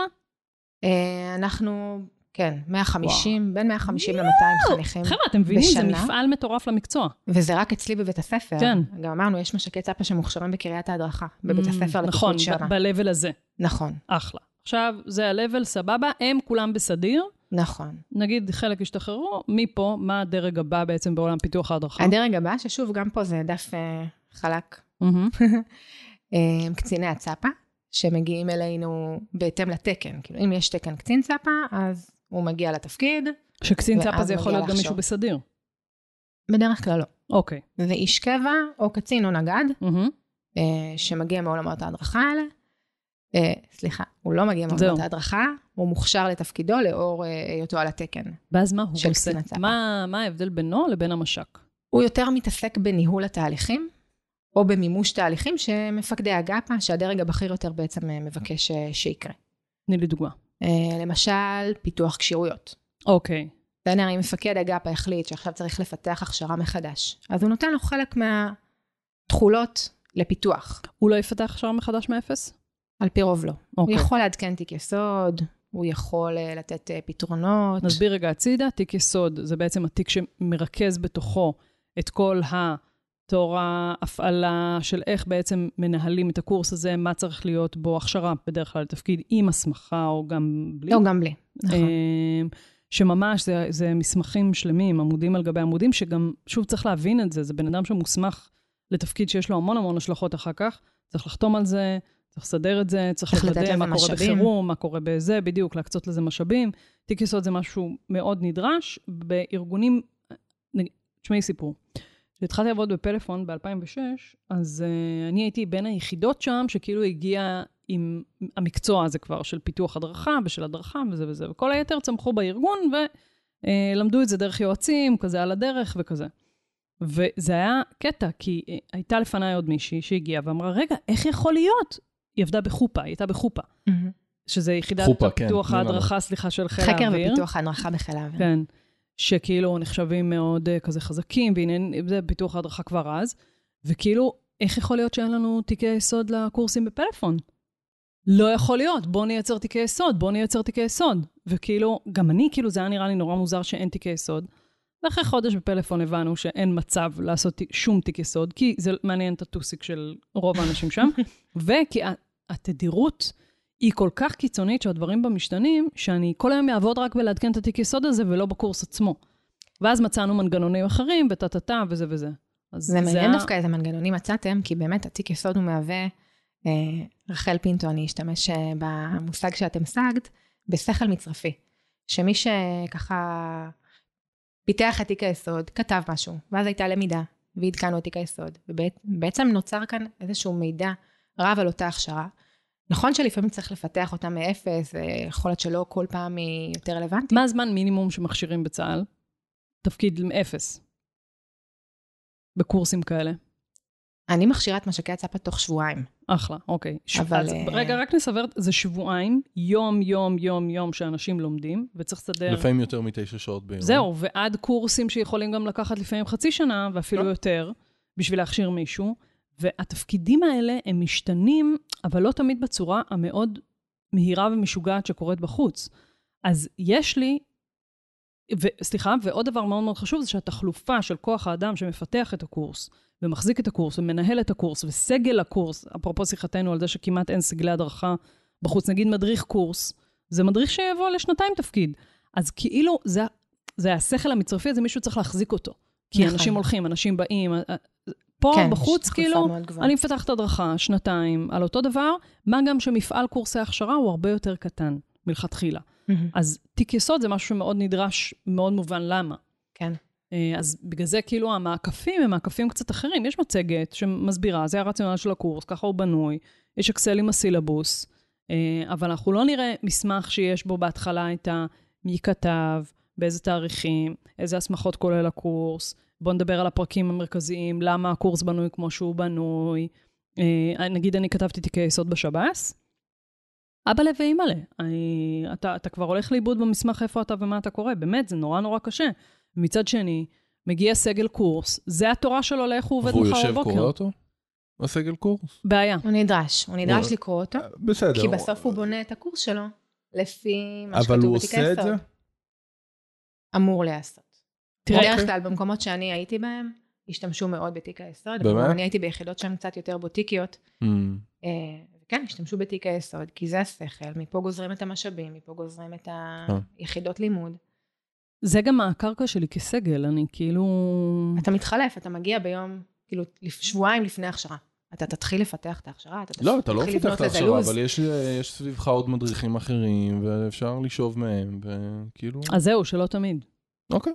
[SPEAKER 2] אנחנו, כן, 150, בין 150 ל-200 חניכים בשנה.
[SPEAKER 1] חבר'ה, אתם מבינים, זה מפעל מטורף למקצוע.
[SPEAKER 2] וזה רק אצלי בבית הספר.
[SPEAKER 1] כן.
[SPEAKER 2] גם אמרנו, יש משקי צפה שמוכשרים בקריית ההדרכה, בבית הספר לפחות שנה.
[SPEAKER 1] נכון, ב-level הזה.
[SPEAKER 2] נכון.
[SPEAKER 1] אחלה. עכשיו, זה ה-level סבבה, הם כולם בסדיר.
[SPEAKER 2] נכון.
[SPEAKER 1] נגיד חלק השתחררו, מפה, מה הדרג הבא בעצם בעולם פיתוח ההדרכה?
[SPEAKER 2] הדרג הבא, ששוב, גם פה זה דף חלק. קציני הצפה, שמגיעים אלינו בהתאם לתקן. כאילו, אם יש תקן קצין צפה, אז הוא מגיע לתפקיד.
[SPEAKER 1] שקצין צפה זה יכול להיות גם מישהו בסדיר?
[SPEAKER 2] בדרך כלל לא.
[SPEAKER 1] אוקיי.
[SPEAKER 2] זה איש קבע, או קצין או נגד, שמגיע מעולמות ההדרכה האלה. סליחה, הוא לא מגיע מעבודת ההדרכה, הוא מוכשר לתפקידו לאור היותו על התקן.
[SPEAKER 1] ואז מה הוא עושה? מה ההבדל בינו לבין המש"ק?
[SPEAKER 2] הוא יותר מתעסק בניהול התהליכים, או במימוש תהליכים שמפקדי הגאפה, שהדרג הבכיר יותר בעצם מבקש שיקרה.
[SPEAKER 1] תני לי דוגמה.
[SPEAKER 2] למשל, פיתוח כשירויות.
[SPEAKER 1] אוקיי.
[SPEAKER 2] אם מפקד הגאפה החליט שעכשיו צריך לפתח הכשרה מחדש, אז הוא נותן לו חלק מהתחולות לפיתוח.
[SPEAKER 1] הוא לא יפתח הכשרה מחדש מאפס?
[SPEAKER 2] על פי רוב לא. הוא יכול לעדכן תיק יסוד, הוא יכול לתת פתרונות.
[SPEAKER 1] נסביר רגע הצידה, תיק יסוד זה בעצם התיק שמרכז בתוכו את כל התור ההפעלה של איך בעצם מנהלים את הקורס הזה, מה צריך להיות בו הכשרה בדרך כלל לתפקיד עם הסמכה או גם בלי.
[SPEAKER 2] או גם בלי, נכון.
[SPEAKER 1] שממש זה מסמכים שלמים, עמודים על גבי עמודים, שגם שוב צריך להבין את זה, זה בן אדם שמוסמך לתפקיד שיש לו המון המון השלכות אחר כך, צריך לחתום על זה, צריך לסדר את זה, צריך לוודא מה קורה בחירום, מה קורה בזה, בדיוק, להקצות לזה משאבים. תיק יסוד זה משהו מאוד נדרש, בארגונים, תשמעי סיפור. כשהתחלתי לעבוד בפלאפון ב-2006, אז אני הייתי בין היחידות שם, שכאילו הגיע עם המקצוע הזה כבר, של פיתוח הדרכה, ושל הדרכה, וזה וזה, וכל היתר צמחו בארגון, ולמדו את זה דרך יועצים, כזה על הדרך וכזה. וזה היה קטע, כי הייתה לפניי עוד מישהי שהגיעה ואמרה, רגע, איך יכול להיות? היא עבדה בחופה, היא הייתה בחופה. שזה יחידת פיתוח ההדרכה, סליחה, של חיל האוויר.
[SPEAKER 2] חקר ופיתוח ההדרכה בחיל האוויר.
[SPEAKER 1] כן. שכאילו נחשבים מאוד כזה חזקים, והנה זה פיתוח ההדרכה כבר אז, וכאילו, איך יכול להיות שאין לנו תיקי יסוד לקורסים בפלאפון? לא יכול להיות, בוא נייצר תיקי יסוד, בוא נייצר תיקי יסוד. וכאילו, גם אני, כאילו זה היה נראה לי נורא מוזר שאין תיקי יסוד. ואחרי חודש בפלאפון הבנו שאין מצב לעשות שום תיק יסוד, כי זה מעניין את הטוסיק של רוב האנשים שם, וכי התדירות היא כל כך קיצונית שהדברים בה משתנים, שאני כל היום אעבוד רק בלעדכן את התיק יסוד הזה, ולא בקורס עצמו. ואז מצאנו מנגנונים אחרים, וטטטה וזה וזה.
[SPEAKER 2] זה מעניין דווקא איזה מנגנונים מצאתם, כי באמת התיק יסוד הוא מהווה, רחל פינטו, אני אשתמש במושג שאתם סגת, בשכל מצרפי. שמי שככה פיתח את תיק היסוד, כתב משהו, ואז הייתה למידה, והתקנו את תיק היסוד, ובעצם נוצר כאן איזשהו מידע רב על אותה הכשרה. נכון שלפעמים צריך לפתח אותה מאפס, יכול להיות שלא כל פעם היא יותר רלוונטית.
[SPEAKER 1] מה הזמן מינימום שמכשירים בצה"ל? תפקיד מאפס. בקורסים כאלה.
[SPEAKER 2] אני מכשירה את משקי הצפה תוך שבועיים.
[SPEAKER 1] אחלה, אוקיי.
[SPEAKER 2] אבל...
[SPEAKER 1] רגע, רק נסבר, זה שבועיים, יום שאנשים לומדים, וצריך לסדר...
[SPEAKER 3] לפעמים יותר מ9 שעות ביום.
[SPEAKER 1] זהו, ועד קורסים שיכולים גם לקחת לפעמים חצי שנה, ואפילו יותר, בשביל להכשיר מישהו, והתפקידים האלה הם משתנים, אבל לא תמיד בצורה המאוד מהירה ומשוגעת שקורית בחוץ. אז יש לי, ועוד דבר מאוד מאוד חשוב, זה שהתחלופה של כוח האדם שמפתח את הקורס, ומחזיק את הקורס, ומנהל את הקורס, וסגל הקורס, אפרופו שיחתנו על זה שכמעט אין סגלי הדרכה בחוץ, נגיד מדריך קורס, זה מדריך שיבוא לשנתיים תפקיד. אז כאילו, זה השכל המצרפי, זה מישהו צריך להחזיק אותו. כי אנשים הולכים, אנשים באים, פה כן, בחוץ, כאילו, אני מפתח את הדרכה, שנתיים, על אותו דבר, מה גם שמפעל קורסי הכשרה הוא הרבה יותר קטן, מלכתחילה. אז תיק יסוד זה משהו שמאוד נדרש, מאוד מובן למה.
[SPEAKER 2] כן.
[SPEAKER 1] אז בגלל זה, כאילו, המעקפים הם מעקפים קצת אחרים. יש מצגת שמסבירה, זה הרציונל של הקורס, ככה הוא בנוי, יש אקסל עם הסילבוס, אבל אנחנו לא נראה מסמך שיש בו בהתחלה את מי כתב, באיזה תאריכים, איזה הסמכות כולל הקורס, בואו נדבר על הפרקים המרכזיים, למה הקורס בנוי כמו שהוא בנוי. נגיד, אני כתבתי תיקי יסוד בשב"ס, אבא לב ואמא לב. אתה כבר הולך לאיבוד במסמך איפה אתה ומה אתה קורא. באמת, זה נורא נורא קשה. מצד שני, מגיע סגל קורס, זה התורה שלו לאיך הוא עובד מחר בבוקר.
[SPEAKER 3] והוא יושב קורא אותו? בסגל קורס?
[SPEAKER 1] בעיה.
[SPEAKER 2] הוא נדרש לקרוא אותו.
[SPEAKER 3] בסדר.
[SPEAKER 2] כי בסוף הוא בונה את הקורס שלו, לפי מה
[SPEAKER 3] שכתוב
[SPEAKER 2] בתיק היסוד.
[SPEAKER 3] אבל הוא עושה את זה?
[SPEAKER 2] אמור לעשות. בדרך כלל, במקומות שאני הייתי בהם, השתמשו מאוד בתיק היסוד.
[SPEAKER 3] באמת?
[SPEAKER 2] אני הייתי ביחידות שהן קצת יותר בוטיקיות. כן, השתמשו בתיק היסוד, כי זה השכל. מפה גוזרים את המשאבים, מפה גוזרים את היחידות לימוד.
[SPEAKER 1] זה גם הקרקע שלי כסגל, אני כאילו...
[SPEAKER 2] אתה מתחלף, אתה מגיע ביום, כאילו, שבועיים לפני ההכשרה. אתה תתחיל לפתח את ההכשרה,
[SPEAKER 3] לא, אתה לא מפתח את ההכשרה, אבל יש סביבך עוד מדריכים אחרים, ואפשר לשאוב מהם, וכאילו...
[SPEAKER 1] אז זהו, שלא תמיד.
[SPEAKER 3] אוקיי.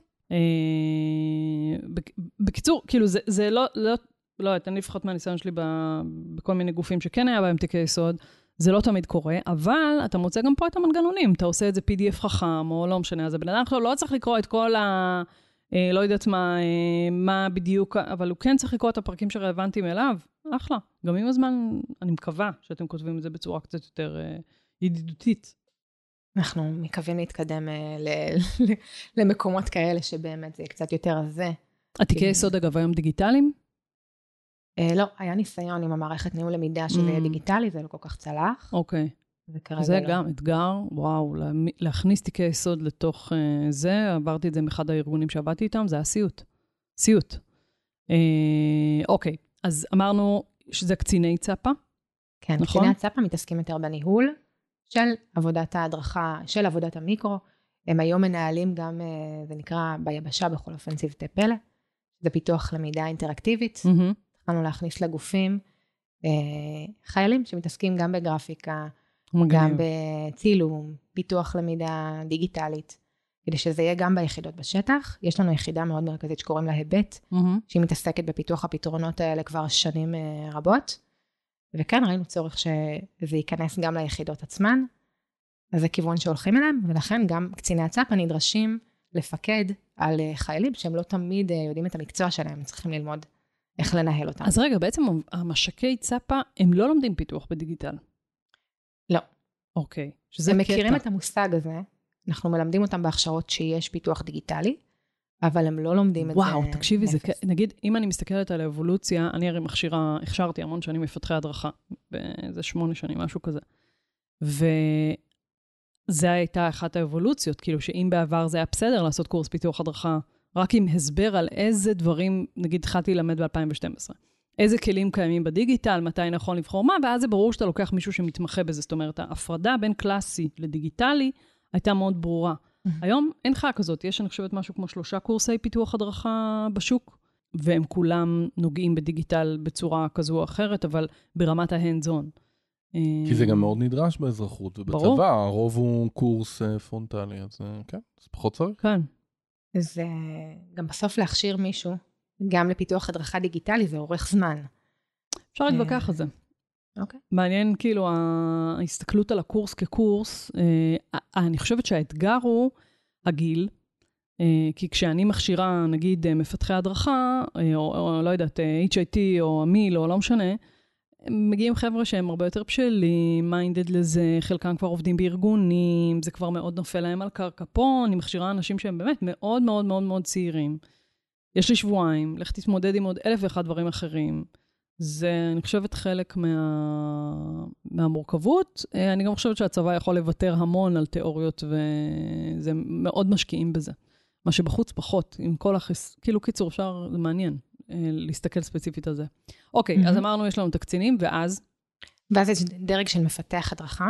[SPEAKER 1] בקיצור, כאילו, זה לא, תן לי לפחות מהניסיון שלי בכל מיני גופים שכן היה בהם תיקי יסוד, זה לא תמיד קורה, אבל אתה מוצא גם פה את המנגנונים. אתה עושה את זה PDF חכם, או לא משנה, אז הבן אדם עכשיו לא צריך לקרוא את כל לא יודעת מה בדיוק, אבל הוא כן צריך לקרוא את הפרקים שרלוונטיים אליו. אחלה. גם עם הזמן, אני מקווה שאתם כותבים את זה בצורה קצת יותר ידידותית.
[SPEAKER 2] אנחנו מקווים להתקדם למקומות כאלה שבאמת זה קצת יותר הזה.
[SPEAKER 1] עתיקי יסוד אגב היום דיגיטליים?
[SPEAKER 2] לא, היה ניסיון עם המערכת ניהול למידה שזה יהיה דיגיטלי, זה לא כל כך צלח.
[SPEAKER 1] אוקיי. זה גם אתגר, וואו, להכניס תיקי יסוד לתוך זה, עברתי את זה מאחד הארגונים שעבדתי איתם, זה היה סיוט. אוקיי, אז אמרנו שזה קציני צפה.
[SPEAKER 2] כן,
[SPEAKER 1] נכון?
[SPEAKER 2] קציני הצפה מתעסקים יותר בניהול של עבודת ההדרכה, של עבודת המיקרו. הם היום מנהלים גם, זה נקרא ביבשה בכל אופן צוותי פלא. זה פיתוח למידה אינטראקטיבית. התחלנו להכניס לגופים חיילים שמתעסקים גם בגרפיקה, גם בצילום, פיתוח למידה דיגיטלית, כדי שזה יהיה גם ביחידות בשטח. יש לנו יחידה מאוד מרכזית שקוראים לה היבט, שהיא מתעסקת בפיתוח הפתרונות האלה כבר שנים רבות, וכן ראינו צורך שזה ייכנס גם ליחידות עצמן, אז זה כיוון שהולכים אליהם, ולכן גם קציני הצפה נדרשים לפקד על חיילים שהם לא תמיד יודעים את המקצוע שלהם, צריכים ללמוד איך לנהל אותם.
[SPEAKER 1] אז רגע, בעצם המשקי צפה, הם לא לומדים פיתוח בדיגיטל?
[SPEAKER 2] לא.
[SPEAKER 1] אוקיי.
[SPEAKER 2] הם מכירים את המושג הזה, אנחנו מלמדים אותם בהכשרות שיש פיתוח דיגיטלי, אבל הם לא לומדים את זה.
[SPEAKER 1] וואו, תקשיבי, נגיד, אם אני מסתכלת על האבולוציה, אני הרי הכשרתי המון שנים מפתחי הדרכה, באיזה 8 שנים, משהו כזה. וזה הייתה אחת האבולוציות, כאילו שאם בעבר זה היה בסדר לעשות קורס פיתוח הדרכה, רק עם הסבר על איזה דברים, נגיד, התחלתי ללמד ב-2012. איזה כלים קיימים בדיגיטל, מתי נכון לבחור מה, ואז זה ברור שאתה לוקח מישהו שמתמחה בזה. זאת אומרת, ההפרדה בין קלאסי לדיגיטלי הייתה מאוד ברורה. היום אין לך כזאת, יש אני חושבת משהו כמו 3 קורסי פיתוח הדרכה בשוק, והם כולם נוגעים בדיגיטל בצורה כזו או אחרת, אבל ברמת ההנדזון.
[SPEAKER 3] כי זה גם מאוד נדרש באזרחות, ובצבא הרוב הוא קורס פרונטלי, אז כן, זה פחות צריך.
[SPEAKER 1] כן.
[SPEAKER 2] אז גם בסוף להכשיר מישהו, גם לפיתוח הדרכה דיגיטלי, זה אורך זמן.
[SPEAKER 1] אפשר להתווכח על זה.
[SPEAKER 2] אוקיי.
[SPEAKER 1] מעניין כאילו ההסתכלות על הקורס כקורס, אני חושבת שהאתגר הוא הגיל, כי כשאני מכשירה נגיד מפתחי הדרכה, או לא יודעת, HIT או אמיל או לא משנה, מגיעים חבר'ה שהם הרבה יותר בשלים, מיינדד לזה, חלקם כבר עובדים בארגונים, זה כבר מאוד נופל להם על קרקע. פה אני מכשירה אנשים שהם באמת מאוד מאוד מאוד מאוד צעירים. יש לי שבועיים, לך תתמודד עם עוד 1,001 דברים אחרים. זה, אני חושבת, חלק מהמורכבות. אני גם חושבת שהצבא יכול לוותר המון על תיאוריות, וזה מאוד משקיעים בזה. מה שבחוץ פחות, עם כל כאילו קיצור, אפשר, זה מעניין, להסתכל ספציפית על זה. אוקיי, אז אמרנו, יש לנו את הקצינים, ואז?
[SPEAKER 2] ואז יש דרג של מפתח הדרכה.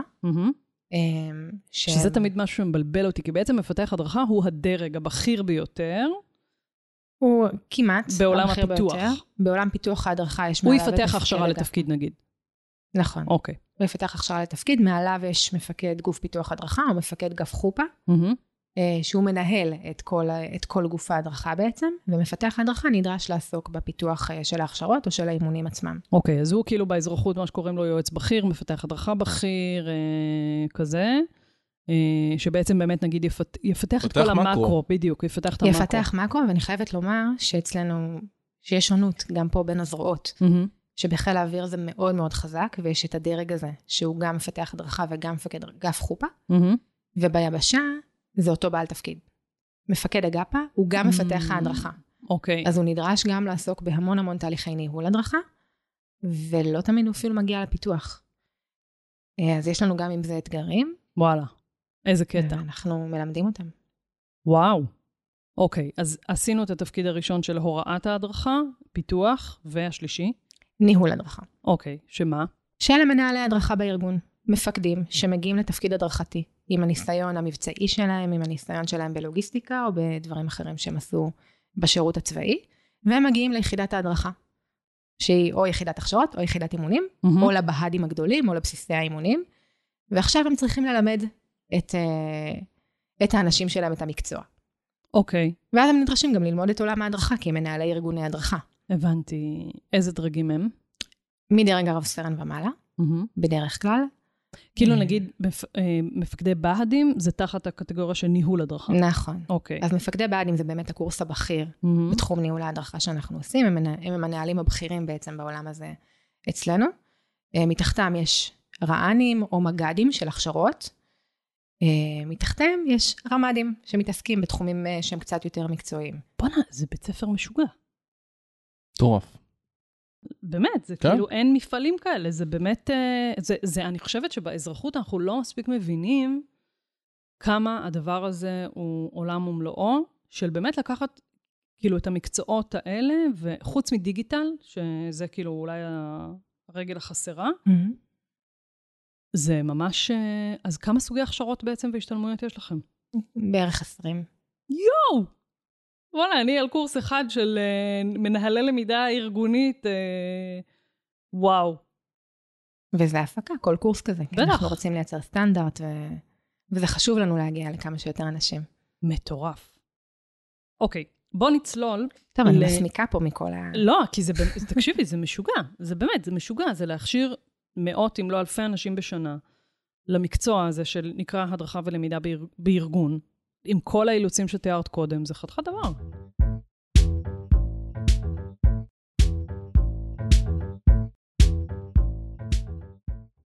[SPEAKER 1] שזה תמיד משהו שמבלבל אותי, כי בעצם מפתח הדרכה הוא הדרג הבכיר ביותר,
[SPEAKER 2] הוא כמעט
[SPEAKER 1] בעולם הפיתוח.
[SPEAKER 2] בעולם פיתוח ההדרכה יש
[SPEAKER 1] הוא יפתח הכשרה לתפקיד נגיד.
[SPEAKER 2] נכון.
[SPEAKER 1] אוקיי.
[SPEAKER 2] הוא יפתח הכשרה לתפקיד, מעליו יש מפקד גוף פיתוח הדרכה, או מפקד גף חופה, שהוא מנהל את כל גוף ההדרכה בעצם, ומפתח ההדרכה נדרש לעסוק בפיתוח של ההכשרות או של האימונים עצמם.
[SPEAKER 1] אוקיי, אז הוא כאילו באזרחות מה שקוראים לו יועץ בכיר, מפתח הדרכה בכיר, כזה. שבעצם באמת נגיד יפתח את כל המקרו, בדיוק, יפתח את המקרו.
[SPEAKER 2] יפתח מקרו, ואני חייבת לומר שאצלנו, שיש שונות גם פה בין הזרועות, שבחיל האוויר זה מאוד מאוד חזק, ויש את הדרג הזה, שהוא גם מפתח הדרכה וגם מפקד גף חופה, וביבשה זה אותו בעל תפקיד. מפקד הגפה הוא גם מפתח ההדרכה.
[SPEAKER 1] אוקיי.
[SPEAKER 2] אז הוא נדרש גם לעסוק בהמון המון תהליכי ניהול הדרכה, ולא תמיד הוא אפילו מגיע לפיתוח. אז יש לנו גם עם זה אתגרים.
[SPEAKER 1] וואלה. איזה קטע.
[SPEAKER 2] אנחנו מלמדים אותם.
[SPEAKER 1] וואו. אוקיי, אז עשינו את התפקיד הראשון של הוראת ההדרכה, פיתוח, והשלישי?
[SPEAKER 2] ניהול הדרכה.
[SPEAKER 1] אוקיי, שמה?
[SPEAKER 2] של מנהלי הדרכה בארגון, מפקדים שמגיעים לתפקיד הדרכתי, עם הניסיון המבצעי שלהם, עם הניסיון שלהם בלוגיסטיקה, או בדברים אחרים שהם עשו בשירות הצבאי, והם מגיעים ליחידת ההדרכה, שהיא או יחידת הכשרות, או יחידת אימונים, או לבהדים הגדולים, או לבסיסי האימונים, ועכשיו הם צריכים ללמד את האנשים שלהם, את המקצוע.
[SPEAKER 1] אוקיי.
[SPEAKER 2] ואז הם נדרשים גם ללמוד את עולם ההדרכה, כי הם מנהלי ארגוני הדרכה.
[SPEAKER 1] הבנתי. איזה דרגים הם?
[SPEAKER 2] מדרג הרב סרן ומעלה, בדרך כלל.
[SPEAKER 1] כאילו נגיד, מפקדי בהדים, זה תחת הקטגוריה של ניהול הדרכה.
[SPEAKER 2] נכון.
[SPEAKER 1] אוקיי.
[SPEAKER 2] אז מפקדי בהדים זה באמת הקורס הבכיר בתחום ניהול ההדרכה שאנחנו עושים, הם המנהלים הבכירים בעצם בעולם הזה אצלנו. מתחתם יש רענים או מג"דים של הכשרות, מתחתם יש רמ"דים שמתעסקים בתחומים שהם קצת יותר מקצועיים.
[SPEAKER 1] בוא'נה, זה בית ספר משוגע.
[SPEAKER 3] טורף.
[SPEAKER 1] באמת, זה כאילו אין מפעלים כאלה, זה באמת, אני חושבת שבאזרחות אנחנו לא מספיק מבינים כמה הדבר הזה הוא עולם ומלואו, של באמת לקחת כאילו את המקצועות האלה, וחוץ מדיגיטל, שזה כאילו אולי הרגל החסרה, זה ממש, אז כמה סוגי הכשרות בעצם והשתלמויות יש לכם?
[SPEAKER 2] בערך 20.
[SPEAKER 1] יואו! וואלה, אני על קורס אחד של מנהלי למידה ארגונית, וואו.
[SPEAKER 2] וזה הפקה, כל קורס כזה.
[SPEAKER 1] בטח.
[SPEAKER 2] אנחנו רוצים לייצר סטנדרט, וזה חשוב לנו להגיע לכמה שיותר אנשים.
[SPEAKER 1] מטורף. אוקיי, בוא נצלול.
[SPEAKER 2] טוב, אני מסמיקה פה מכל
[SPEAKER 1] לא, כי זה, תקשיבי, זה משוגע. זה באמת, זה משוגע. זה להכשיר מאות אם לא אלפי אנשים בשנה למקצוע הזה של נקרא הדרכה ולמידה בארגון. עם כל האילוצים שתיארת קודם, זה חתיכת דבר.